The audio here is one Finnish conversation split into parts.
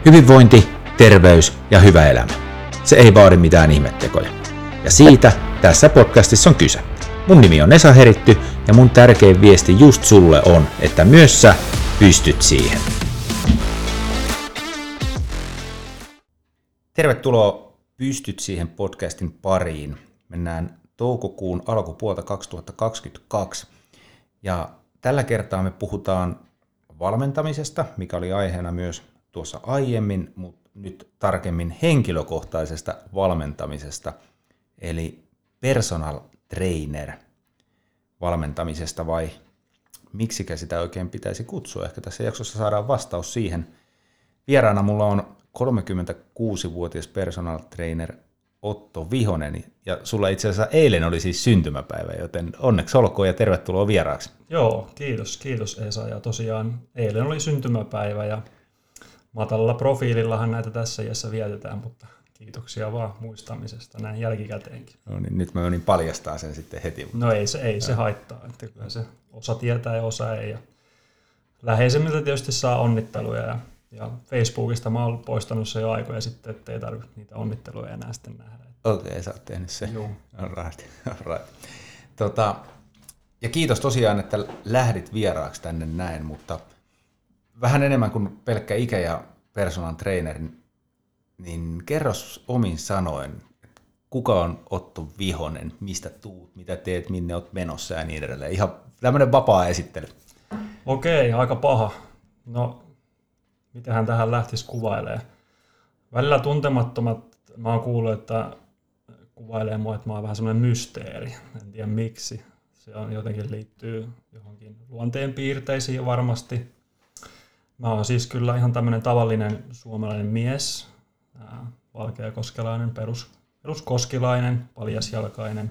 Hyvinvointi, terveys ja hyvä elämä. Se ei vaadi mitään ihmettekoja. Ja siitä tässä podcastissa on kyse. Mun nimi on Esa Heritty ja mun tärkein viesti just sulle on, että myös sä pystyt siihen. Tervetuloa Pystyt siihen podcastin pariin. Mennään toukokuun alkupuolta 2022 ja tällä kertaa me puhutaan valmentamisesta, mikä oli aiheena myös tuossa aiemmin, mutta nyt tarkemmin henkilökohtaisesta valmentamisesta, eli personal trainer valmentamisesta, vai miksikä sitä oikein pitäisi kutsua. Ehkä tässä jaksossa saadaan vastaus siihen. Vieraana mulla on 36-vuotias personal trainer Otto Vihonen, ja sulla itse asiassa eilen oli siis syntymäpäivä, joten onneksi olkoon ja tervetuloa vieraaksi. Joo, kiitos Esa, ja tosiaan eilen oli syntymäpäivä, ja matalalla profiilillahan näitä tässä iässä vietetään, mutta kiitoksia vaan muistamisesta näin jälkikäteenkin. No niin, nyt mä menin paljastaa sen sitten heti. No ei se haittaa, että kyllä se osa tietää ja osa ei. Ja läheisemmiltä tietysti saa onnitteluja, ja Facebookista mä oon poistanut se jo aikoja sitten, ettei tarvitse niitä onnitteluja enää sitten nähdä. Okei, sä oot tehnyt se. Joo. Alright. Ja kiitos tosiaan, että lähdit vieraaksi tänne näin, mutta vähän enemmän kuin pelkkä ikä ja personal trainer, niin kerros omin sanoen, kuka on Otto Vihonen, mistä tuut, mitä teet, minne oot menossa ja niin edelleen. Ihan tämmöinen vapaa esittely. Okei, aika paha. No, mitähän tähän lähtisi kuvailemaan? Välillä tuntemattomat, mä oon kuullut, että kuvailee mua, että mä oon vähän semmoinen mysteeri. En tiedä miksi. Se on jotenkin liittyy johonkin luonteen piirteisiin varmasti. Mä oon siis kyllä ihan tämmöinen tavallinen suomalainen mies, valkeakoskelainen, peruskoskilainen, paljasjalkainen.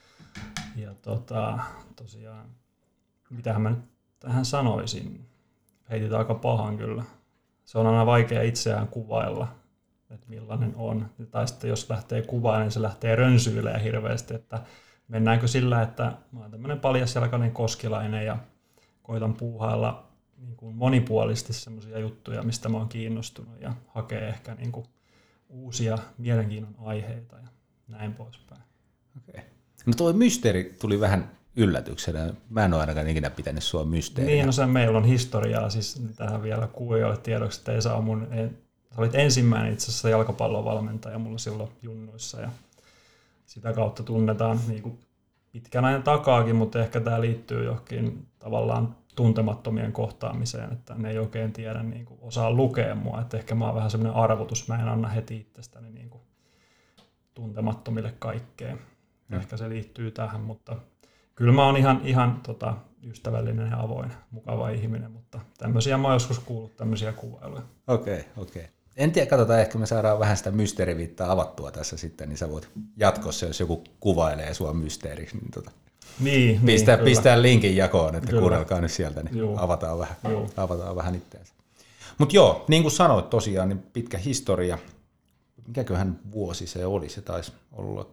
Ja tosiaan, mitähän mä nyt tähän sanoisin, heitit aika pahan kyllä. Se on aina vaikea itseään kuvailla, että millainen on. Tai sitten jos lähtee kuvailemaan, niin se lähtee rönsyilemään hirveästi, että mennäänkö sillä, että mä oon tämmöinen paljasjalkainen koskilainen ja koitan puuhailla niin kuin monipuolisesti semmoisia juttuja, mistä mä oon kiinnostunut ja hakee ehkä niin kuin uusia mielenkiinnon aiheita ja näin poispäin. Okei. No tuo mysteeri tuli vähän yllätyksenä. Mä en ole ainakaan ikinä pitänyt sua mysteeriä. Niin, no se meillä on historiaa, siis tähän vielä kuulijoille tiedoksi, että ei saa sä olit ensimmäinen itse asiassa jalkapallovalmentaja mulla silloin junnuissa ja sitä kautta tunnetaan niin kuin pitkän ajan takaakin, mutta ehkä tämä liittyy johonkin tavallaan tuntemattomien kohtaamiseen, että ne ei oikein tiedä, niin kuin osaa lukea mua, että ehkä mä oon vähän semmoinen arvotus, mä en anna heti itsestäni niin kuin tuntemattomille kaikkea. Ehkä se liittyy tähän, mutta kyllä mä oon ihan ystävällinen ja avoin, mukava ihminen, mutta tämmöisiä mä oon joskus kuullut, tämmöisiä kuvailuja. Okei. En tiedä, katsotaan, ehkä me saadaan vähän sitä mysteeriviittaa avattua tässä sitten, niin sä voit jatkossa, jos joku kuvailee sua mysteeriksi, niin pistää linkin jakoon, että kuunnelkaa nyt sieltä, niin avataan vähän itseänsä. Mutta joo, niin kuin sanoit tosiaan, niin pitkä historia. Mikäköhän vuosi se oli? Se taisi olla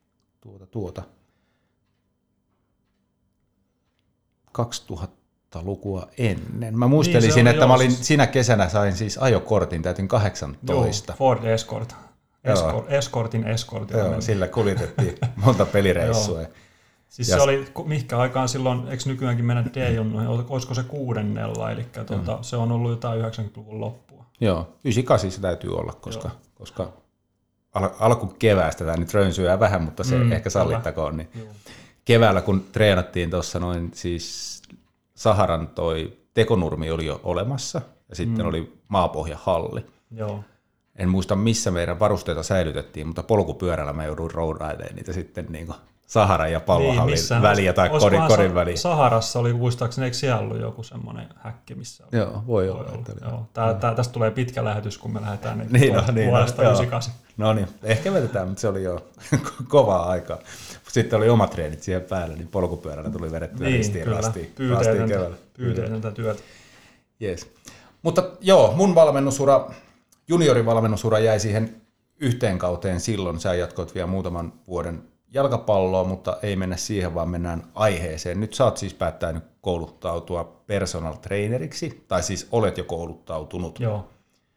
2000-lukua ennen. Mä muistelisin, että mä olin sinä kesänä sain siis ajokortin, täytin 18. Joo, Ford Escort. Escortin. Joo, sillä kuljetettiin monta pelireissua. Siis se oli, mihinkä aikaan silloin, eikö nykyäänkin mennä D-junnuihin, olisiko se 6. eli se on ollut jotain 90-luvun loppua. Joo, 98 se täytyy olla, koska alkukeväästä tämä nyt rönsyää vähän, mutta se ehkä sallittakoon. Niin keväällä kun treenattiin tuossa noin, siis Saharan toi tekonurmi oli jo olemassa ja sitten oli maapohjahalli. Joo. En muista missä meidän varusteita säilytettiin, mutta polkupyörällä mä jouduin roudailemaan niitä sitten niin kuin Saharan ja pallohallin väliä tai kodin väliä. Saharassa oli muistaakseni, eikö siellä ollut joku semmoinen häkki, missä oli? Joo, voi olla. Tästä tulee pitkä lähetys, kun me lähdetään vuodesta 98. No niin, ehkä vedetään, mutta se oli jo kovaa aikaa. Sitten oli omat treenit siihen päälle, niin polkupyörällä tuli vedettyä ristiin rastiin keväällä. Pyyteetöntä työtä. Yes. Mutta joo, mun juniorivalmennusura jäi siihen yhteen kauteen silloin. Sä jatkoit vielä muutaman vuoden jalkapalloa, mutta ei mennä siihen, vaan mennään aiheeseen. Nyt sä oot siis päättänyt kouluttautua personal traineriksi, tai siis olet jo kouluttautunut. Joo.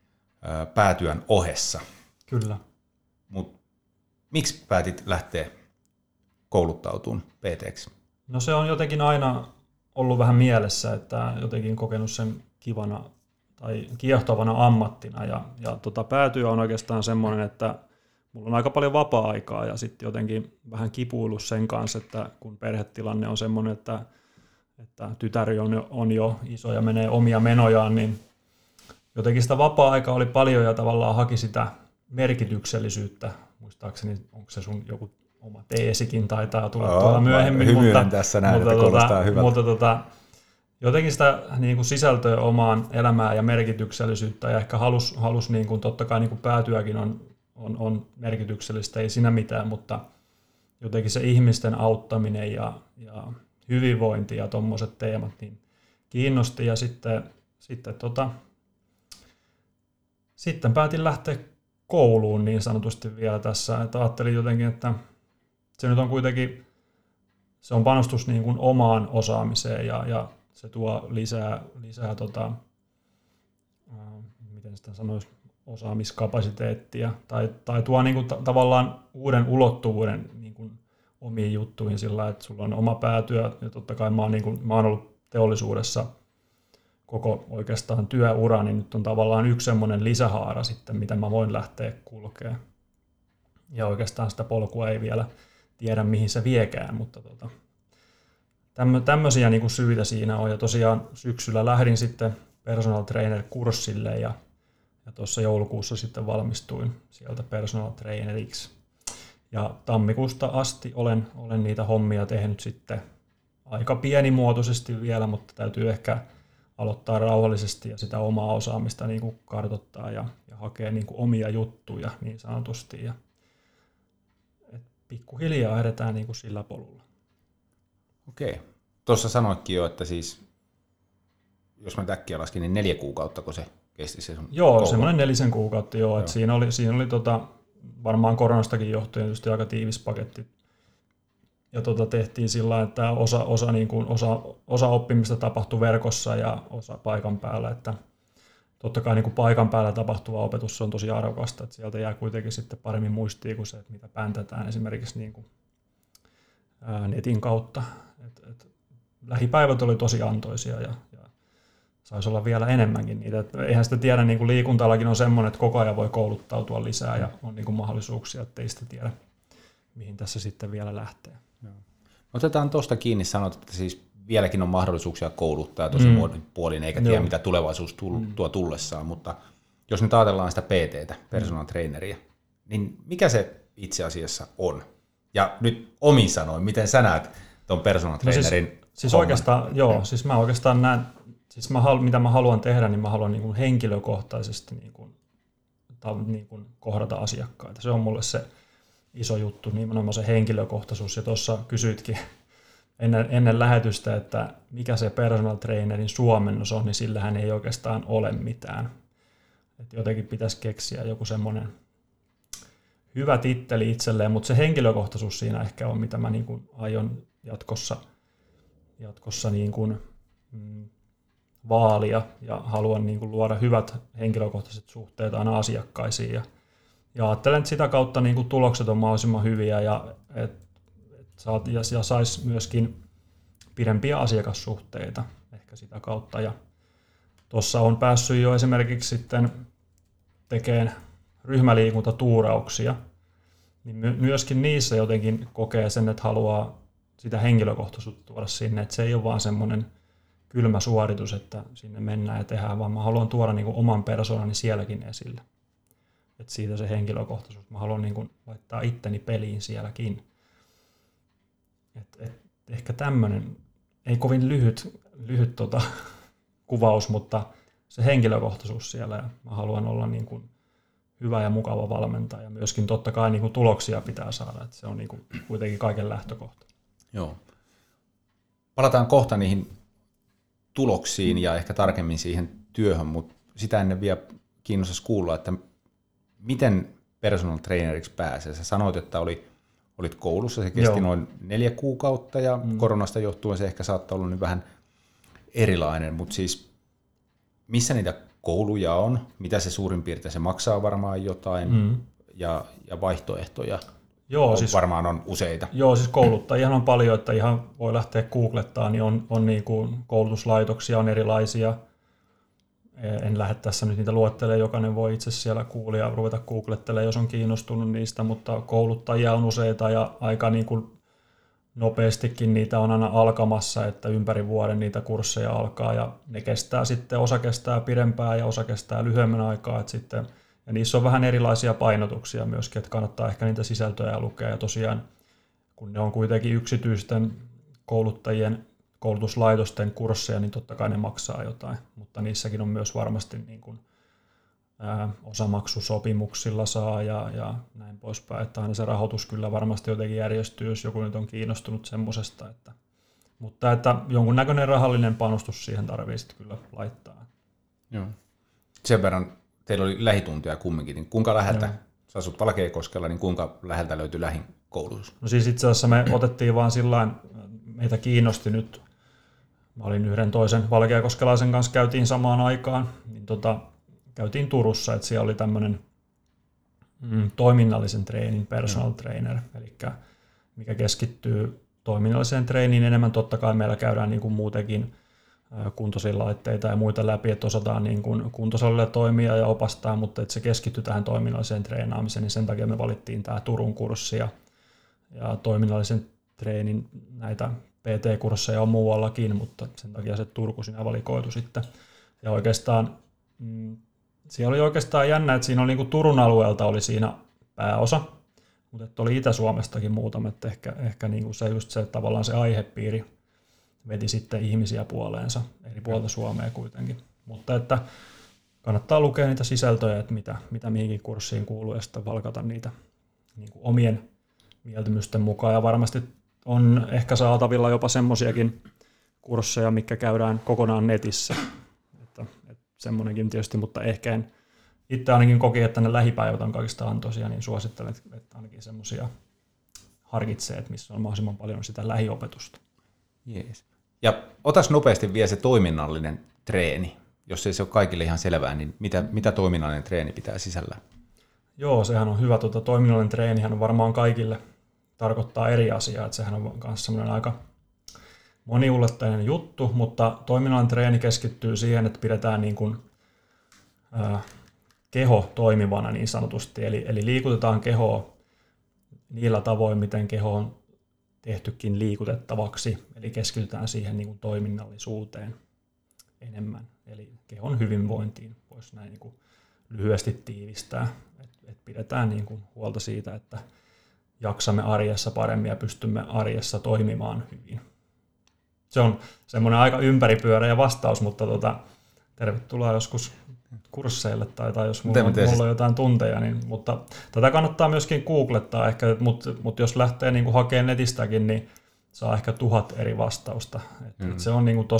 päätyön ohessa. Kyllä. Mut miksi päätit lähteä kouluttautumaan PT:ksi? No se on jotenkin aina ollut vähän mielessä, että jotenkin kokenut sen kivana tai kiehtovana ammattina. Ja päätyö on oikeastaan semmoinen, että mulla on aika paljon vapaa-aikaa ja sitten jotenkin vähän kipuillut sen kanssa, että kun perhetilanne on semmoinen, että tytäri on jo iso ja menee omia menojaan, niin jotenkin sitä vapaa-aikaa oli paljon ja tavallaan haki sitä merkityksellisyyttä. Muistaakseni, onko se sun joku oma teesikin taitaa tulla tuolla myöhemmin. Hymyilen tässä näin, että kuulostaa hyvältä. Mutta jotenkin sitä niin kuin sisältöä omaan elämään ja merkityksellisyyttä ja ehkä halus niin kuin, totta kai niin kuin päätyäkin on merkityksellistä, ei siinä mitään, mutta jotenkin se ihmisten auttaminen ja hyvinvointi ja tuommoiset teemat niin kiinnosti ja sitten päätin lähteä kouluun niin sanotusti vielä tässä, että ajattelin jotenkin, että se nyt on kuitenkin, se on panostus niin kuin omaan osaamiseen ja se tuo lisää miten sitä sanoisi, osaamiskapasiteettia tai tuo niin kuin tavallaan uuden ulottuvuuden niin kuin omiin juttuihin sillä, että sulla on oma päätyö ja totta kai mä oon ollut teollisuudessa koko oikeastaan työura, niin nyt on tavallaan yksi semmoinen lisähaara sitten, mitä mä voin lähteä kulkemaan. Ja oikeastaan sitä polkua ei vielä tiedä, mihin se viekään, mutta tämmöisiä niin kuin syitä siinä on. Ja tosiaan syksyllä lähdin sitten personal trainer-kurssille ja tuossa joulukuussa sitten valmistuin sieltä personal traineriksi. Ja tammikuusta asti olen niitä hommia tehnyt sitten aika pienimuotoisesti vielä, mutta täytyy ehkä aloittaa rauhallisesti ja sitä omaa osaamista niin kuin kartoittaa ja hakea niin kuin omia juttuja niin sanotusti. Ja pikkuhiljaa edetään niin kuin sillä polulla. Okei. Tuossa sanoitkin jo, että siis, jos mä äkkiä laskin, niin 4 kuukautta, kun se kesti se sun Joo, semmoinen 4 kuukautta, joo. Että siinä oli varmaan koronastakin johtuen tietysti aika tiivis paketti. Ja tehtiin sillä, että osa oppimista tapahtui verkossa ja osa paikan päällä. Että totta kai niin kuin paikan päällä tapahtuva opetus on tosi arvokasta, että sieltä jää kuitenkin sitten paremmin muistiin kuin se, että mitä päntätään esimerkiksi niin kuin netin kautta. Lähipäivät oli tosi antoisia ja saisi olla vielä enemmänkin niitä. Et eihän sitä tiedä, niin kuin liikuntalakin on semmoinen, että koko ajan voi kouluttautua lisää ja on niin kuin mahdollisuuksia, ettei sitä tiedä, mihin tässä sitten vielä lähtee. Otetaan tuosta kiinni, sanot, että siis vieläkin on mahdollisuuksia kouluttaa tosi puolin, eikä tiedä mitä tulevaisuus tuo tullessaan, mutta jos nyt ajatellaan sitä PT:tä, personal traineria, niin mikä se itse asiassa on? Ja nyt omin sanoin, miten sä näet tuon personal trainerin siis oikeastaan, joo, siis mä oikeastaan näen, siis mitä mä haluan tehdä, niin mä haluan niin kuin henkilökohtaisesti niin kuin kohdata asiakkaita. Se on mulle se iso juttu, nimenomaan se henkilökohtaisuus. Ja tuossa kysyitkin ennen lähetystä, että mikä se personal trainerin suomennos on, niin sillähän ei oikeastaan ole mitään. Et jotenkin pitäisi keksiä joku semmoinen hyvä titteli itselleen, mutta se henkilökohtaisuus siinä ehkä on, mitä mä niin kuin aion jatkossa niin kuin, vaalia ja haluan niin kuin luoda hyvät henkilökohtaiset suhteet aina asiakkaisiin ja ajattelen, että sitä kautta niin kuin tulokset on mahdollisimman hyviä ja saisi myöskin pidempiä asiakassuhteita ehkä sitä kautta. Ja tuossa on päässyt jo esimerkiksi sitten tekemään ryhmäliikuntatuurauksia, niin myöskin niissä jotenkin kokee sen, että haluaa sitä henkilökohtaisuutta tuoda sinne, että se ei ole vaan semmoinen kylmä suoritus, että sinne mennään ja tehdään, vaan mä haluan tuoda niin kuin oman persoonani sielläkin esille. Että siitä se henkilökohtaisuus. Mä haluan niin kuin laittaa itteni peliin sielläkin. Ehkä tämmöinen, ei kovin lyhyt kuvaus, mutta se henkilökohtaisuus siellä. Ja mä haluan olla niin kuin hyvä ja mukava valmentaja. Ja myöskin totta kai niin kuin tuloksia pitää saada. Että se on niin kuin kuitenkin kaiken lähtökohta. Joo. Palataan kohta niihin tuloksiin ja ehkä tarkemmin siihen työhön, mutta sitä ennen vielä kiinnostaisi kuulla, että miten personal traineriksi pääsee. Sä sanoit, että olit koulussa, se kesti noin 4 kuukautta ja koronasta johtuen se ehkä saattaa olla nyt vähän erilainen, mutta siis missä niitä kouluja on, mitä se suurin piirtein, se maksaa varmaan jotain, ja vaihtoehtoja siis, varmaan on useita. Joo, siis kouluttajihan on paljon, että ihan voi lähteä googlettaan, niin on niin kuin koulutuslaitoksia on erilaisia. En lähde tässä nyt niitä luettelemaan, jokainen voi itse siellä kuulia ja ruveta googlettelemaan, jos on kiinnostunut niistä, mutta kouluttajia on useita ja aika niin kuin nopeastikin niitä on aina alkamassa, että ympäri vuoden niitä kursseja alkaa ja ne kestää sitten, osa kestää pidempään ja osa kestää lyhyemmän aikaa, että sitten, ja niissä on vähän erilaisia painotuksia myöskin, että kannattaa ehkä niitä sisältöjä lukea ja tosiaan kun ne on kuitenkin yksityisten kouluttajien koulutuslaitosten kursseja, niin totta kai ne maksaa jotain, mutta niissäkin on myös varmasti niin kuin, osamaksusopimuksilla saa ja näin poispäin, että aina se rahoitus kyllä varmasti jotenkin järjestyy, jos joku nyt on kiinnostunut semmoisesta, mutta että jonkunnäköinen rahallinen panostus siihen tarvii sitten kyllä laittaa. Joo. Sen verran teillä oli lähituntia kumminkin, niin kuinka läheltä, sä asut Valkeakoskella, niin kuinka läheltä löytyi lähin koulutus? No siis itse asiassa me otettiin vaan sillain, meitä kiinnosti nyt, mä olin yhden toisen valkeakoskelaisen kanssa, käytiin samaan aikaan, niin käytiin Turussa, että siellä oli tämmöinen toiminnallisen treenin personal trainer, eli mikä keskittyy toiminnalliseen treeniin enemmän. Totta kai meillä käydään niin kuin muutenkin kuntosalilaitteita ja muita läpi, että osataan niin kuin kuntosalilla toimia ja opastaa, mutta että se keskittyy tähän toiminnalliseen treenaamiseen, niin sen takia me valittiin tämä Turun kurssi ja toiminnallisen treenin näitä PT-kursseja on muuallakin, mutta sen takia se Turku siinä valikoitu sitten. Ja oikeastaan siellä oli oikeastaan jännä, että siinä oli niin kuin Turun alueelta oli siinä pääosa, mutta että oli Itä-Suomestakin muutama, että ehkä niin kuin se just se tavallaan se aihepiiri veti sitten ihmisiä puoleensa eri puolta Suomea kuitenkin. Mutta että kannattaa lukea niitä sisältöjä, että mitä mihinkin kurssiin kuuluu ja sitten valkata niitä niin kuin omien mieltymysten mukaan. Ja varmasti on ehkä saatavilla jopa semmoisiakin kursseja, mitkä käydään kokonaan netissä. Että semmoinenkin tietysti, mutta ehkä en itse ainakin koki, että ne lähipäivät on kaikista antoisia, niin suosittelen, että ainakin semmoisia harkitsee, että missä on mahdollisimman paljon sitä lähiopetusta. Jees. Ja otas nopeasti vielä se toiminnallinen treeni. Jos ei se ole kaikille ihan selvää, niin mitä toiminnallinen treeni pitää sisällään? Joo, sehän on hyvä. Toiminnallinen treenihän on varmaan kaikille tarkoittaa eri asiaa, että sehän on myös semmoinen aika moniulotteinen juttu, mutta toiminnallinen treeni keskittyy siihen, että pidetään niin kuin, keho toimivana niin sanotusti, eli liikutetaan kehoa niillä tavoin, miten keho on tehtykin liikutettavaksi, eli keskitytään siihen niin kuin toiminnallisuuteen enemmän, eli kehon hyvinvointiin voisi näin niin kuin lyhyesti tiivistää, että pidetään niin kuin huolta siitä, että jaksamme arjessa paremmin ja pystymme arjessa toimimaan hyvin. Se on semmoinen aika ympäripyöreä vastaus, mutta tervetuloa joskus kursseille tai jos mulla on jotain tunteja, niin, mutta tätä kannattaa myöskin googlettaa ehkä, mutta jos lähtee niin kuin hakemaan netistäkin, niin saa ehkä 1000 eri vastausta. Et se on niin kuin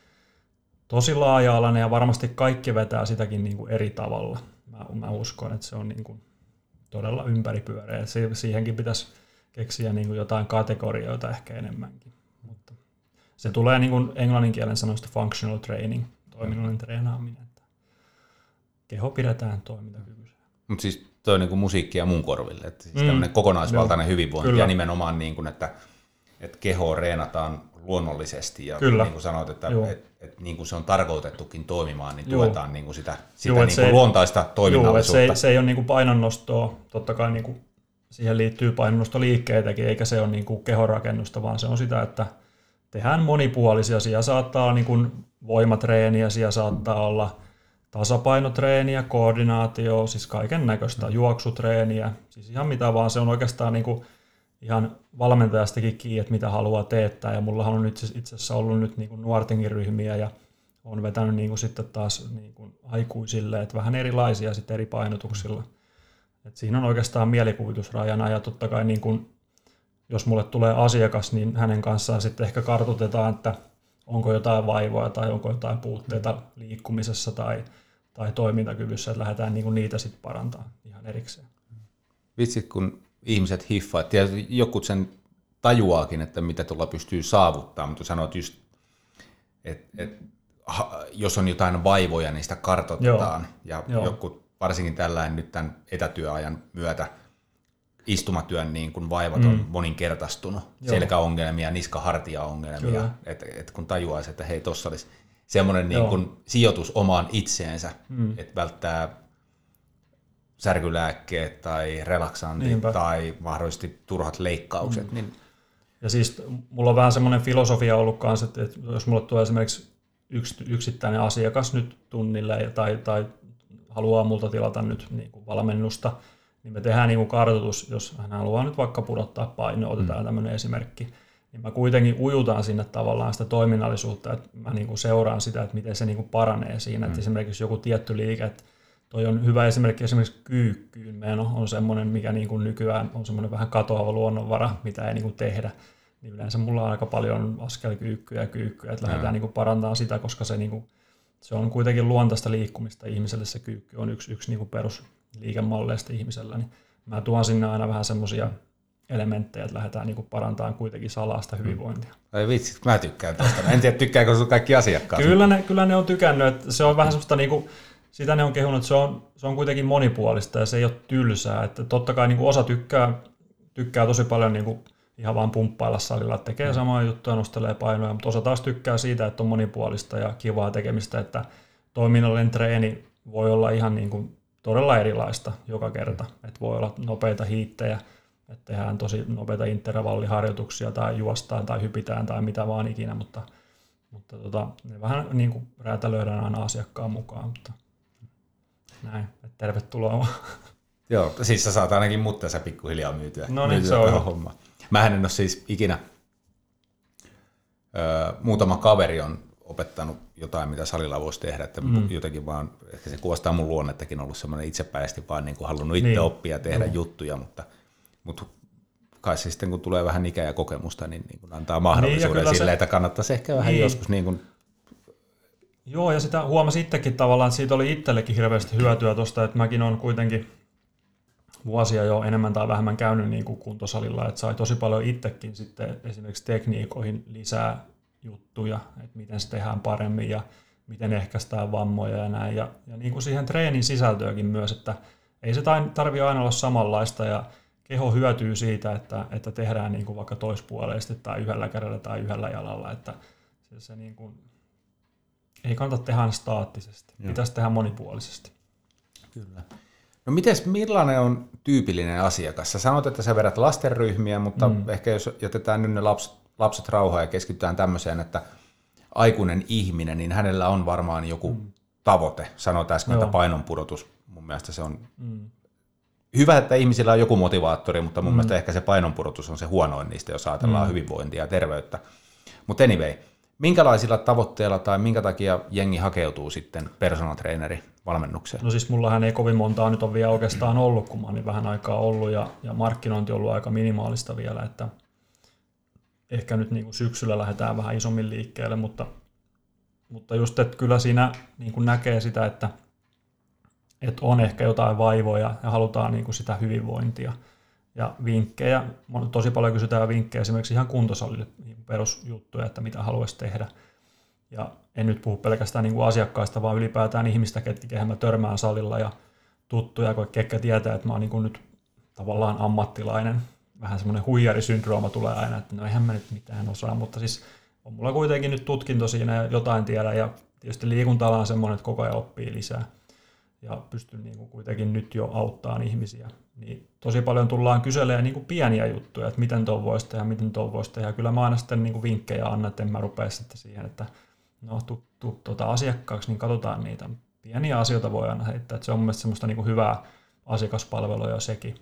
tosi laaja-alainen ja varmasti kaikki vetää sitäkin niin kuin eri tavalla. Mä uskon, että se on niin kuin todella ympäripyöreä. Siihenkin pitäisi keksiä niin kuin jotain kategorioita ehkä enemmänkin. Mutta se tulee niin kuin englannin kielen sanoista functional training, toiminnallinen treenaaminen. Keho pidetään toimintakykyisenä. Mutta siis toi on niin kuin musiikkia mun korville, että siis tämmöinen kokonaisvaltainen hyvinvointi kyllä. Ja nimenomaan niin kuin, että kehoa reenataan luonnollisesti ja kyllä. Niin kuin sanoit, että niin kuin se on tarkoitettukin toimimaan, niin tuetaan niin kuin sitä niin kuin luontaista toiminnallisuutta. Se ei ole niin kuin painonnostoa, totta kai niin kuin siihen liittyy painonnostoliikkeitäkin, eikä se ole niin kuin kehonrakennusta, vaan se on sitä, että tehdään monipuolisia. Siellä saattaa olla niin kuin voimatreeniä, siellä saattaa olla tasapainotreeniä, koordinaatio, siis kaiken näköistä juoksutreeniä, siis ihan mitä vaan, se on oikeastaan niin kuin ihan valmentajastakin kiinni, että mitä haluaa teettää, ja mullahan on nyt itse asiassa ollut nyt niin kuin nuortenkin ryhmiä, ja on vetänyt niin kuin sitten taas niin kuin aikuisille, että vähän erilaisia sitten eri painotuksilla. Et siinä on oikeastaan mielikuvitusrajana, ja totta kai niin kuin, jos mulle tulee asiakas, niin hänen kanssaan sitten ehkä kartoitetaan, että onko jotain vaivoja tai onko jotain puutteita liikkumisessa tai toimintakyvyssä, että lähdetään niinku niitä sitten parantamaan ihan erikseen. Vitsi, kun ihmiset hiffaa, että joku sen tajuaakin, että mitä tuolla pystyy saavuttaa, mutta sanoit just, että jos on jotain vaivoja, niin sitä kartoitetaan. Ja joku, varsinkin tällainen nyt tämän etätyöajan myötä istumatyön niin kun vaivat on moninkertaistunut. Selkäongelmia, niska-hartia-ongelmia. Et kun tajuaisi, että hei, tuossa olisi semmoinen niin kun sijoitus omaan itseensä, että välttää särkylääkkeet tai relaksantit tai mahdollisesti turhat leikkaukset. Niin ja siis mulla on vähän semmoinen filosofia ollut kanssa, että jos mulle tulee esimerkiksi yksittäinen asiakas nyt tunnille tai haluaa multa tilata nyt niin kuin valmennusta, niin me tehdään niin kuin kartoitus, jos hän haluaa nyt vaikka pudottaa painoa, otetaan tämmöinen esimerkki, niin mä kuitenkin ujutan sinne tavallaan sitä toiminnallisuutta, että mä niin kuin seuraan sitä, että miten se niin kuin paranee siinä, että esimerkiksi joku tietty liike, että toi on hyvä esimerkki, esimerkiksi kyykkyyn meno on semmoinen, mikä niin kuin nykyään on semmoinen vähän katoava luonnonvara, mitä ei niin kuin tehdä. Niin yleensä mulla on aika paljon askelkyykkyjä ja kyykkyjä, että lähdetään niin kuin parantamaan sitä, koska se, niin kuin, se on kuitenkin luontaista liikkumista ihmiselle, se kyykky on yksi niin kuin perusliikemalleista ihmisellä. Niin mä tuon sinne aina vähän semmoisia elementtejä, että lähdetään niin kuin parantamaan kuitenkin salasta hyvinvointia. Ai vitsi, mä tykkään tuosta. En tiedä, tykkääkö sun kaikki asiakkaat. Kyllä ne on tykännyt, että se on vähän semmoista niin kuin, sitä ne on kehunut, että se on kuitenkin monipuolista ja se ei ole tylsää. Että totta kai niin kuin osa tykkää tosi paljon niin kuin ihan vaan pumppailla salilla, että tekee samaa juttua, nostelee painoja, mutta osa taas tykkää siitä, että on monipuolista ja kivaa tekemistä, että toiminnallinen treeni voi olla ihan niin kuin todella erilaista joka kerta. Että voi olla nopeita hiittejä, että tehdään tosi nopeita intervalliharjoituksia tai juostaan tai hypitään tai mitä vaan ikinä, mutta ne vähän niin kuin räätälöidään aina asiakkaan mukaan, mutta näin, että tervetuloa. Joo, siis sä saat ainakin mut tässä pikkuhiljaa myytyä. No niin, se on homma. Mähän en ole siis ikinä, muutama kaveri on opettanut jotain, mitä salilla voisi tehdä, että jotenkin vaan, ehkä se kuvastaa mun luonnettakin, ollut semmoinen itsepäisesti vaan niin kuin halunnut itse oppia ja tehdä juttuja, mutta kai se sitten kun tulee vähän ikää ja kokemusta, niin kuin antaa mahdollisuuden silleen, että kannattaisi ehkä vähän joskus niin kuin. Joo, ja sitä huomasi itsekin tavallaan, että siitä oli itsellekin hirveästi hyötyä tuosta, että mäkin olen kuitenkin vuosia jo enemmän tai vähemmän käynyt niin kuin kuntosalilla, että sai tosi paljon itsekin sitten esimerkiksi tekniikoihin lisää juttuja, että miten se tehdään paremmin ja miten ehkäistään vammoja ja näin. Ja niin kuin siihen treenin sisältöäkin myös, että ei se tarvitse aina olla samanlaista ja keho hyötyy siitä, että tehdään niin kuin vaikka toispuoleisesti tai yhdellä kädellä tai yhdellä jalalla, että se niin kuin ei kannata tehdä staattisesti, pitäisi tehdä monipuolisesti. Kyllä. No millainen on tyypillinen asiakas? Sä sanot, että sä vedät lastenryhmiä, mutta ehkä jos jätetään nyt ne lapset rauhaan ja keskitytään tämmöiseen, että aikuinen ihminen, niin hänellä on varmaan joku tavoite. Sanoit äsken, että painonpudotus, mun mielestä se on hyvä, että ihmisillä on joku motivaattori, mutta mun mielestä ehkä se painonpudotus on se huonoin niistä, jos ajatellaan hyvinvointia ja terveyttä. Mutta anyway, minkälaisilla tavoitteilla tai minkä takia jengi hakeutuu sitten personal traineri valmennukseen? No siis mullahan ei kovin montaa nyt on vielä oikeastaan ollut, kun mä oon niin vähän aikaa ollut ja markkinointi on ollut aika minimaalista vielä, että ehkä nyt niin kuin syksyllä lähdetään vähän isommin liikkeelle, mutta just, että kyllä siinä niin kuin näkee sitä, että on ehkä jotain vaivoja ja halutaan niin kuin sitä hyvinvointia ja vinkkejä. Tosi paljon kysytään vinkkejä esimerkiksi ihan kuntosalille, niin perusjuttuja, että mitä haluaisi tehdä. Ja en nyt puhu pelkästään niin kuin asiakkaista, vaan ylipäätään ihmistä, kehen mä törmään salilla ja tuttuja, ketkä tietää, että mä oon niin kuin nyt tavallaan ammattilainen. Vähän semmoinen huijarisyndrooma tulee aina, että no eihän mä nyt mitään osaa, mutta siis on mulla kuitenkin nyt tutkinto siinä ja jotain tiedä ja tietysti liikunta-ala on semmoinen, että koko ajan oppii lisää ja pystyn niin kuin kuitenkin nyt jo auttamaan ihmisiä. Niin tosi paljon tullaan kyselemään niin kuin pieniä juttuja, että miten tuon voisi tehdä, miten tuon voisi tehdä. Kyllä mä aina sitten niin kuin vinkkejä annan, että en mä rupea sitten siihen, että no tuu asiakkaaksi, niin katsotaan niitä. Pieniä asioita voi aina heittää, että se on mun mielestä semmoista niin kuin hyvää asiakaspalvelua jo sekin.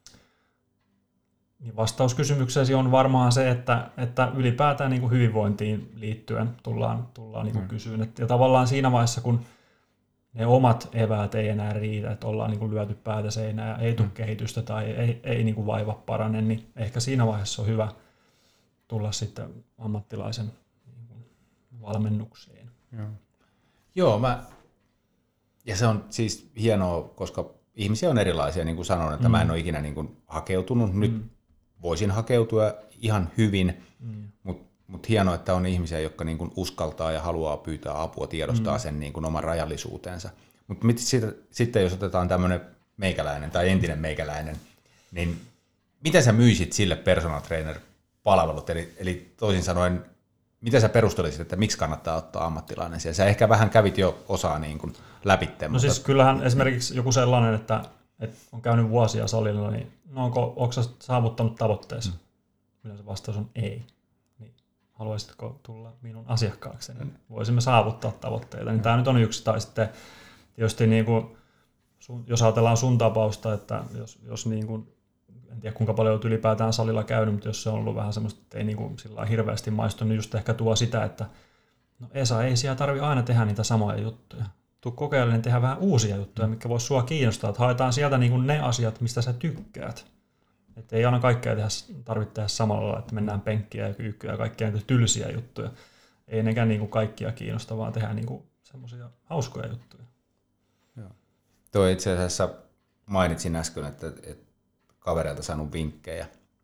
Niin vastaus kysymykseesi on varmaan se, että ylipäätään niin kuin hyvinvointiin liittyen tullaan niin kuin kysyyn. Ja tavallaan siinä vaiheessa, kun ne omat eväät ei enää riitä, että ollaan niin kuin lyöty päätä seinään ja ei tule kehitystä tai ei niin kuin vaiva parane, niin ehkä siinä vaiheessa on hyvä tulla sitten ammattilaisen niin kuin valmennukseen. Joo, ja se on siis hienoa, koska ihmisiä on erilaisia, niin kuin sanoin, että mä en ole ikinä niin kuin hakeutunut. Nyt voisin hakeutua ihan hyvin, mutta Mutta hienoa, että on ihmisiä, jotka niin kuin uskaltaa ja haluaa pyytää apua, tiedostaa sen niin kuin oman rajallisuutensa. Mutta sitten jos otetaan tämmöinen meikäläinen tai entinen meikäläinen, niin miten sä myisit sille personal trainer-palvelut? Eli toisin sanoen, miten sä perustelisit, että miksi kannattaa ottaa ammattilainen siellä? Sä ehkä vähän kävit jo osaa niin kuin läpitte. No siis kyllähän esimerkiksi joku sellainen, että on käynyt vuosia salilla, niin onko sä saavuttanut tavoitteesi? Yleensä vastaus on ei. Niin, haluaisitko tulla minun asiakkaakseni? Voisimme saavuttaa tavoitteita. Niin tämä nyt on yksi. Tai sitten tietysti niin kuin, jos ajatellaan sun tapausta, että jos niin kuin, en tiedä kuinka paljon olet ylipäätään salilla käynyt, mutta jos se on ollut vähän semmoista, että ei niin kuin sillä hirveästi maistu, niin just ehkä tuo sitä, että no Esa, ei siellä tarvitse aina tehdä niitä samoja juttuja. Tuu kokeilemaan tehdä vähän uusia juttuja, mitkä vois sua kiinnostaa. Että haetaan sieltä niin kuin ne asiat, mistä sä tykkäät. Että ei aina kaikkea tarvitse tehdä samalla lailla, että mennään penkkiä ja kyykkyä ja kaikkia niitä tylsiä juttuja. Ei nekään niin kuin kaikkia kiinnosta, vaan tehdään niin kuin semmoisia hauskoja juttuja. Joo. Tuo itse asiassa mainitsin äsken, että kavereilta saanut vinkkejä.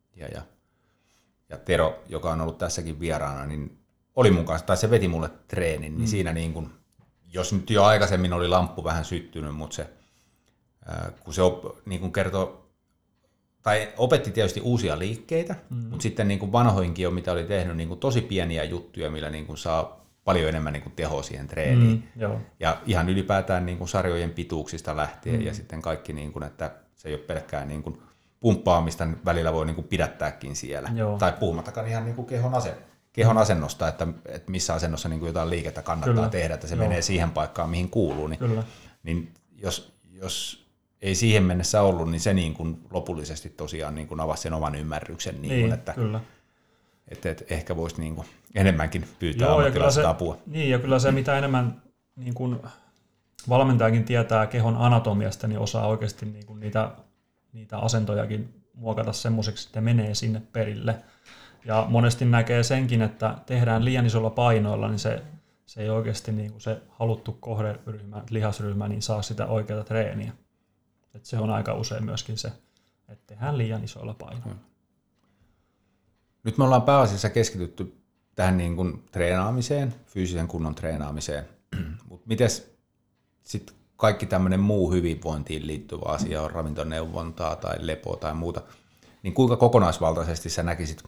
Ja Tero, joka on ollut tässäkin vieraana, niin oli mun kanssa, tai se veti mulle treenin, niin siinä niin kuin, jos nyt jo aikaisemmin oli lamppu vähän syttynyt, mutta se, kun se niin kuin kertoi, tai opetti tietysti uusia liikkeitä, mutta sitten niin kuin vanhoinkin on, mitä oli tehnyt, niin kuin tosi pieniä juttuja, millä niin kuin saa paljon enemmän niin kuin tehoa siihen treeniin. Ja ihan ylipäätään niin kuin sarjojen pituuksista lähtien ja sitten kaikki, niin kuin, että se ei ole pelkkää niin kuin pumppaamista, välillä voi niin kuin pidättääkin siellä. Joo. Tai puhumattakaan ihan niin kuin kehon asennosta, että missä asennossa niin kuin jotain liikettä kannattaa tehdä, että se menee siihen paikkaan, mihin kuuluu. Niin jos ei siihen mennessä ollut, niin se niin kuin lopullisesti tosiaan niin kuin avasi sen oman ymmärryksen, että ehkä voisi niin kuin enemmänkin pyytää ammattilaiselta apua. Niin, ja kyllä se mitä enemmän niin kuin valmentajakin tietää kehon anatomiasta, niin osaa oikeasti niin kuin niitä asentojakin muokata semmoiseksi, että menee sinne perille. Ja monesti näkee senkin, että tehdään liian isolla painoilla, niin se ei oikeasti niin kuin se haluttu kohderyhmä, lihasryhmä, niin saa sitä oikeaa treeniä. Et se on aika usein myöskin se, että tehdään liian isoilla painoilla. Nyt me ollaan pääasiassa keskitytty tähän niin kuin treenaamiseen, fyysisen kunnon treenaamiseen, mutta mites sitten kaikki tämmöinen muu hyvinvointiin liittyvä asia on ravintoneuvontaa tai lepoa tai muuta, niin kuinka kokonaisvaltaisesti sä näkisit,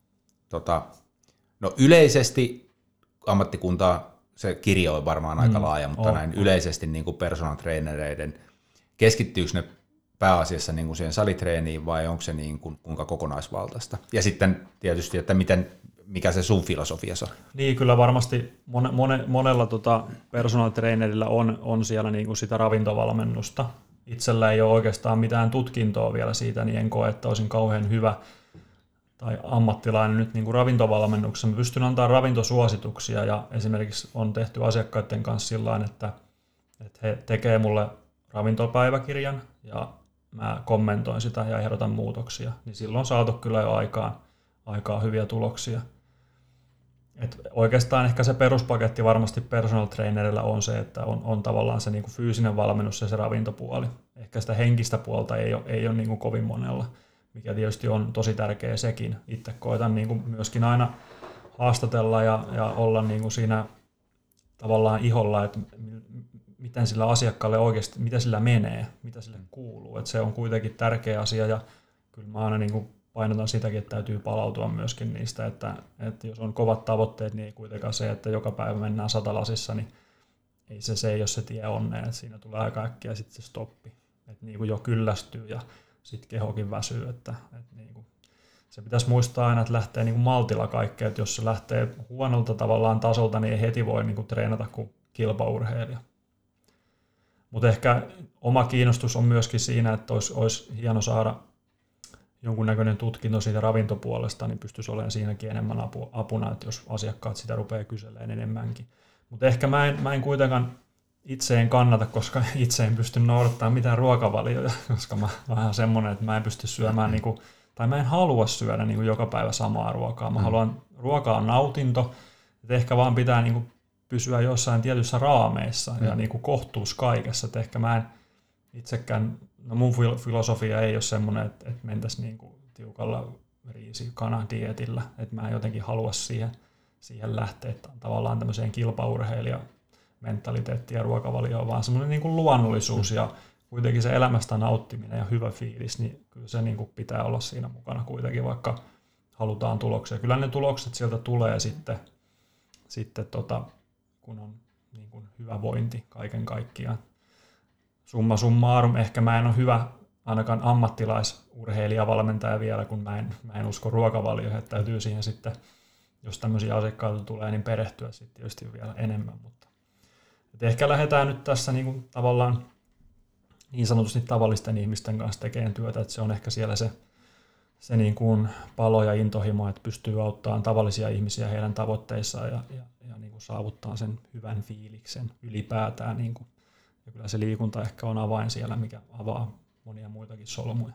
no yleisesti ammattikuntaa, se kirjo on varmaan aika laaja, mutta näin yleisesti niin kuin personal trainereiden, keskittyykö ne pääasiassa niin kuin siihen salitreeniin vai onko se niin kuin, kuinka kokonaisvaltaista? Ja sitten tietysti, että mikä se sun filosofias on? Niin, kyllä varmasti monella personal trainerilla on siellä niin kuin sitä ravintovalmennusta. Itsellä ei ole oikeastaan mitään tutkintoa vielä siitä, niin en koe, että olisin kauhean hyvä tai ammattilainen nyt niin kuin ravintovalmennuksessa. Mä pystyn antamaan ravintosuosituksia ja esimerkiksi on tehty asiakkaiden kanssa sillain, että he tekee mulle ravintopäiväkirjan ja mä kommentoin sitä ja ehdotan muutoksia. Niin silloin on saatu kyllä jo aikaa hyviä tuloksia. Et oikeastaan ehkä se peruspaketti varmasti personal trainerilla on se, että on tavallaan se niinku fyysinen valmennus ja se ravintopuoli. Ehkä sitä henkistä puolta ei ole niinku kovin monella, mikä tietysti on tosi tärkeä sekin. Itse koitan niinku myöskin aina haastatella ja olla niinku siinä tavallaan iholla, että miten sillä asiakkaalle oikeasti, mitä sillä menee, mitä sille kuuluu. Et se on kuitenkin tärkeä asia ja kyllä mä aina niinku painotan sitäkin, että täytyy palautua myöskin niistä, että jos on kovat tavoitteet, niin ei kuitenkaan se, että joka päivä mennään satalasissa, niin se ei ole se tie onneen, että siinä tulee aika äkkiä sitten se stoppi, että niin kuin jo kyllästyy ja sitten kehokin väsyy, että niin kuin se pitäisi muistaa aina, että lähtee niin kuin maltilla kaikkea, että jos se lähtee huonolta tavallaan tasolta, niin ei heti voi niin kuin treenata kuin kilpaurheilija. Mutta ehkä oma kiinnostus on myöskin siinä, että olisi hieno saada jonkunnäköinen tutkinto siitä ravintopuolesta, niin pystyisi olemaan siinäkin enemmän apuna, että jos asiakkaat sitä rupeaa kyselemään enemmänkin. Mutta ehkä mä en kuitenkaan itse en kannata, koska itse en pysty noudattamaan mitään ruokavalioja, koska mä vähän semmoinen, että mä en pysty syömään, tai mä en halua syödä joka päivä samaa ruokaa. Mä haluan, ruoka on nautinto, että ehkä vaan pitää pysyä jossain tietyissä raameissa ja kohtuus kaikessa. Että ehkä mä en itsekään, no mun filosofia ei ole semmoinen, että mentäisiin tiukalla riisi-kana-dietillä, että mä en jotenkin halua siihen siihen lähteä tavallaan tämmöiseen kilpaurheilijamentaliteettiin ja ruokavalioon, vaan semmoinen niin kuin luonnollisuus ja kuitenkin se elämästä nauttiminen ja hyvä fiilis, niin kyllä se niin kuin pitää olla siinä mukana kuitenkin, vaikka halutaan tuloksia. Kyllä ne tulokset sieltä tulee sitten kun on niin kuin hyvä vointi kaiken kaikkiaan. Summa summarum, ehkä mä en ole hyvä ainakaan ammattilaisurheilijavalmentaja vielä, kun mä en usko ruokavalioihin, että täytyy siihen sitten, jos tämmöisiä asiakkaita tulee, niin perehtyä sitten tietysti vielä enemmän. Mutta ehkä lähdetään nyt tässä niin kuin tavallaan niin sanotusti tavallisten ihmisten kanssa tekemään työtä, että se on ehkä siellä se niin kuin palo ja intohimo, että pystyy auttamaan tavallisia ihmisiä heidän tavoitteissaan ja niin kuin saavuttaa sen hyvän fiiliksen ylipäätään. Niin kuin. Ja kyllä se liikunta ehkä on avain siellä, mikä avaa monia muitakin solmuja.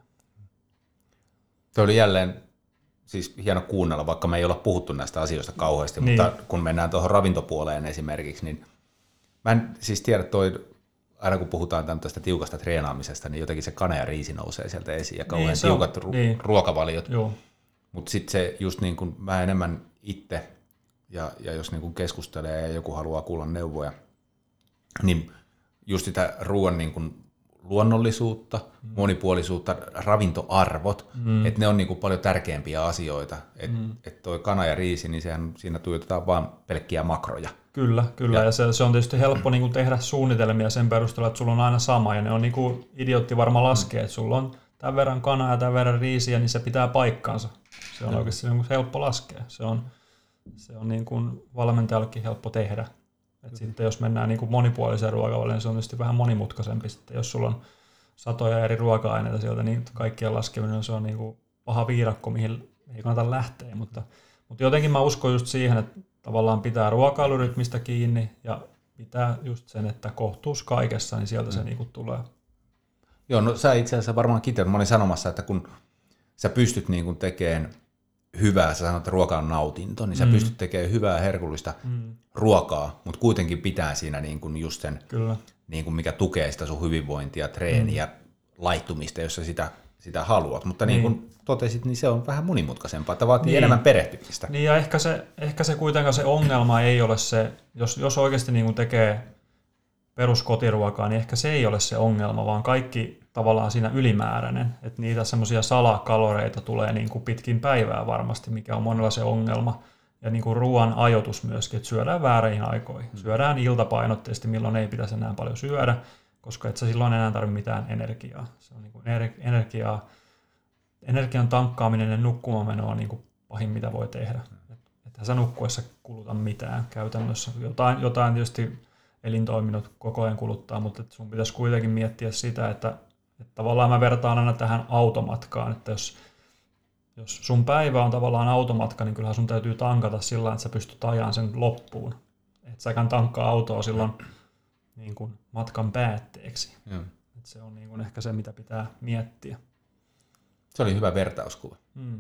Tuo oli jälleen siis hieno kuunnella, vaikka me ei olla puhuttu näistä asioista kauheasti, niin. Mutta kun mennään tuohon ravintopuoleen esimerkiksi, niin mä en siis tiedä, aina kun puhutaan tästä tiukasta treenaamisesta, niin jotenkin se kana ja riisi nousee sieltä esiin ja kauhean tiukat ruokavaliot. Mutta sitten se just niin kuin mä enemmän itse, ja jos niin kuin keskustelee ja joku haluaa kuulla neuvoja, niin just sitä ruoan niin kuin luonnollisuutta, monipuolisuutta, ravintoarvot, että ne on niin kuin paljon tärkeämpiä asioita. Että toi kana ja riisi, niin siinä tuijotetaan vaan pelkkiä makroja. Kyllä. Ja se on tietysti helppo niin kuin tehdä suunnitelmia sen perusteella, että sulla on aina sama. Ja ne on niin kuin idiootti varma laskea, että sulla on tämän verran kanaa ja tämän verran riisiä, niin se pitää paikkaansa. Se on oikeasti helppo laskea. Se on niin kuin valmentajallekin helppo tehdä. Et sitten jos mennään niin kuin monipuoliseen ruokavalioon, niin se on tietysti vähän monimutkaisempi. Sitten jos sulla on satoja eri ruoka-aineita sieltä, niin kaikkien laskeminen se on niin kuin paha viidakko, mihin ei kannata lähteä. Mutta jotenkin mä uskon just siihen, että tavallaan pitää ruokailurytmistä kiinni ja pitää just sen, että kohtuus kaikessa, niin sieltä se niin kuin tulee. Joo, no sä itse asiassa varmaan kiteyt. Mä olin sanomassa, että kun sä pystyt niin kuin tekemään hyvää, sä sanot, että ruoka on nautinto, niin sä pystyt tekemään hyvää herkullista ruokaa, mutta kuitenkin pitää siinä niin kuin just sen, niin kuin mikä tukee sitä sun hyvinvointia, treeniä, laittumista, jos sä sitä haluat. Mutta niin kuin totesit, niin se on vähän monimutkaisempaa, että vaatii enemmän perehtymistä. Niin ja ehkä se kuitenkaan se ongelma ei ole se, jos oikeasti niin kuin tekee peruskotiruokaa, niin ehkä se ei ole se ongelma, vaan kaikki tavallaan siinä ylimääräinen, että niitä semmoisia salakaloreita tulee niin kuin pitkin päivää varmasti, mikä on monella se ongelma. Ja niin kuin ruoan ajoitus myöskin, että syödään väärin aikoihin. Syödään iltapainotteisesti, milloin ei pitäisi enää paljon syödä, koska et sä silloin enää tarvitse mitään energiaa. Se on niin kuin energian tankkaaminen ja nukkumaanmeno on niin kuin pahin, mitä voi tehdä. Että sä nukkuessa kuluta mitään käytännössä. Jotain tietysti elintoiminnot koko ajan kuluttaa, mutta sun pitäisi kuitenkin miettiä sitä, että tavallaan mä vertaan aina tähän automatkaan, että jos sun päivä on tavallaan automatka, niin kyllähän sun täytyy tankata sillä tavalla, että sä pystyt ajamaan sen loppuun. Että säkään tankkaa autoa silloin niin kuin matkan päätteeksi. Että se on niin kuin ehkä se, mitä pitää miettiä. Se oli hyvä vertauskuva.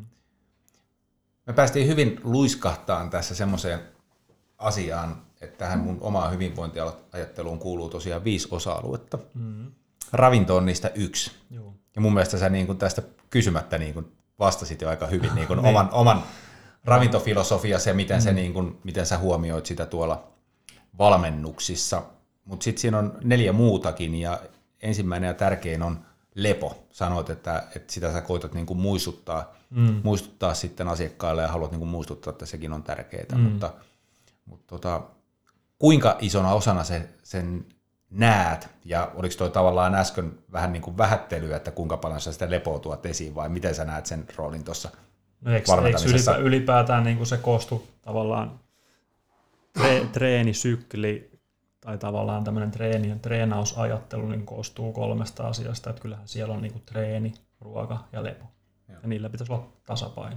Me päästiin hyvin luiskahtaan tässä semmoiseen asiaan, että tähän mun omaan hyvinvointiajatteluun kuuluu tosiaan 5 osa-aluetta. Ravinto on niistä 1. Joo. Ja mun mielestä sä niin kuin tästä kysymättä niin kuin vastasit jo aika hyvin niin kuin oman ravintofilosofiasi ja miten, se niin kuin, miten sä huomioit sitä tuolla valmennuksissa. Mutta sitten siinä on 4 muutakin ja ensimmäinen ja tärkein on lepo. Sanoit, että sitä sä koitat niin kuin muistuttaa sitten asiakkaille ja haluat niin kuin muistuttaa, että sekin on tärkeää. Mutta kuinka isona osana sen näet, ja oliko toi tavallaan äsken vähän niin kuin vähättelyä, että kuinka paljon sä sitä lepoa tuot esiin, vai miten sä näet sen roolin tuossa valmentamisessa? Eikö ylipäätään niin kuin se koostuu tavallaan treenisykli, tai tavallaan tämmöinen treenausajattelu niin koostuu 3 asiasta, että kyllähän siellä on niin kuin treeni, ruoka ja lepo, ja niillä pitäisi olla tasapaino.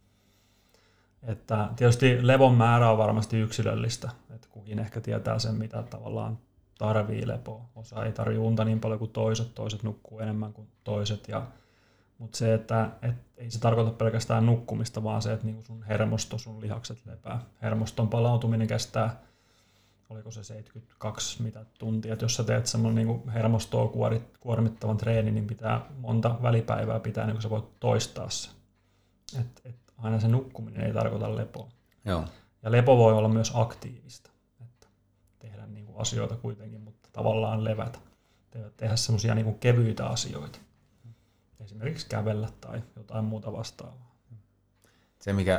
Että tietysti levon määrä on varmasti yksilöllistä, että kukin ehkä tietää sen, mitä tavallaan tarvii lepoa. Osa ei tarvitse unta niin paljon kuin toiset nukkuu enemmän kuin toiset. Mutta se, että ei se tarkoita pelkästään nukkumista, vaan se, että niinku sun hermosto, sun lihakset lepää. Hermoston palautuminen kestää, oliko se 72 tuntia, että jos sä teet semmoinen niinku hermostoa kuormittavan treenin, niin pitää monta välipäivää pitää, niin kuin sä voit toistaa se. Aina se nukkuminen ei tarkoita lepoa. Joo. Ja lepo voi olla myös aktiivista, että tehdä niin kuin asioita kuitenkin, mutta tavallaan levätä. Tehdä semmoisia niin kuin kevyitä asioita. Esimerkiksi kävellä tai jotain muuta vastaavaa. Se, mikä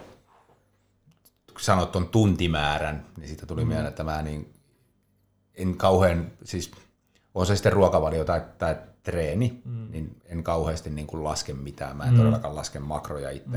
kun sanoit tuon tuntimäärän, niin siitä tuli mieleen, että mä en kauhean, siis on se sitten ruokavalio tai treeni, niin en kauheasti niin kuin laske mitään. Mä en todellakaan laske makroja itse.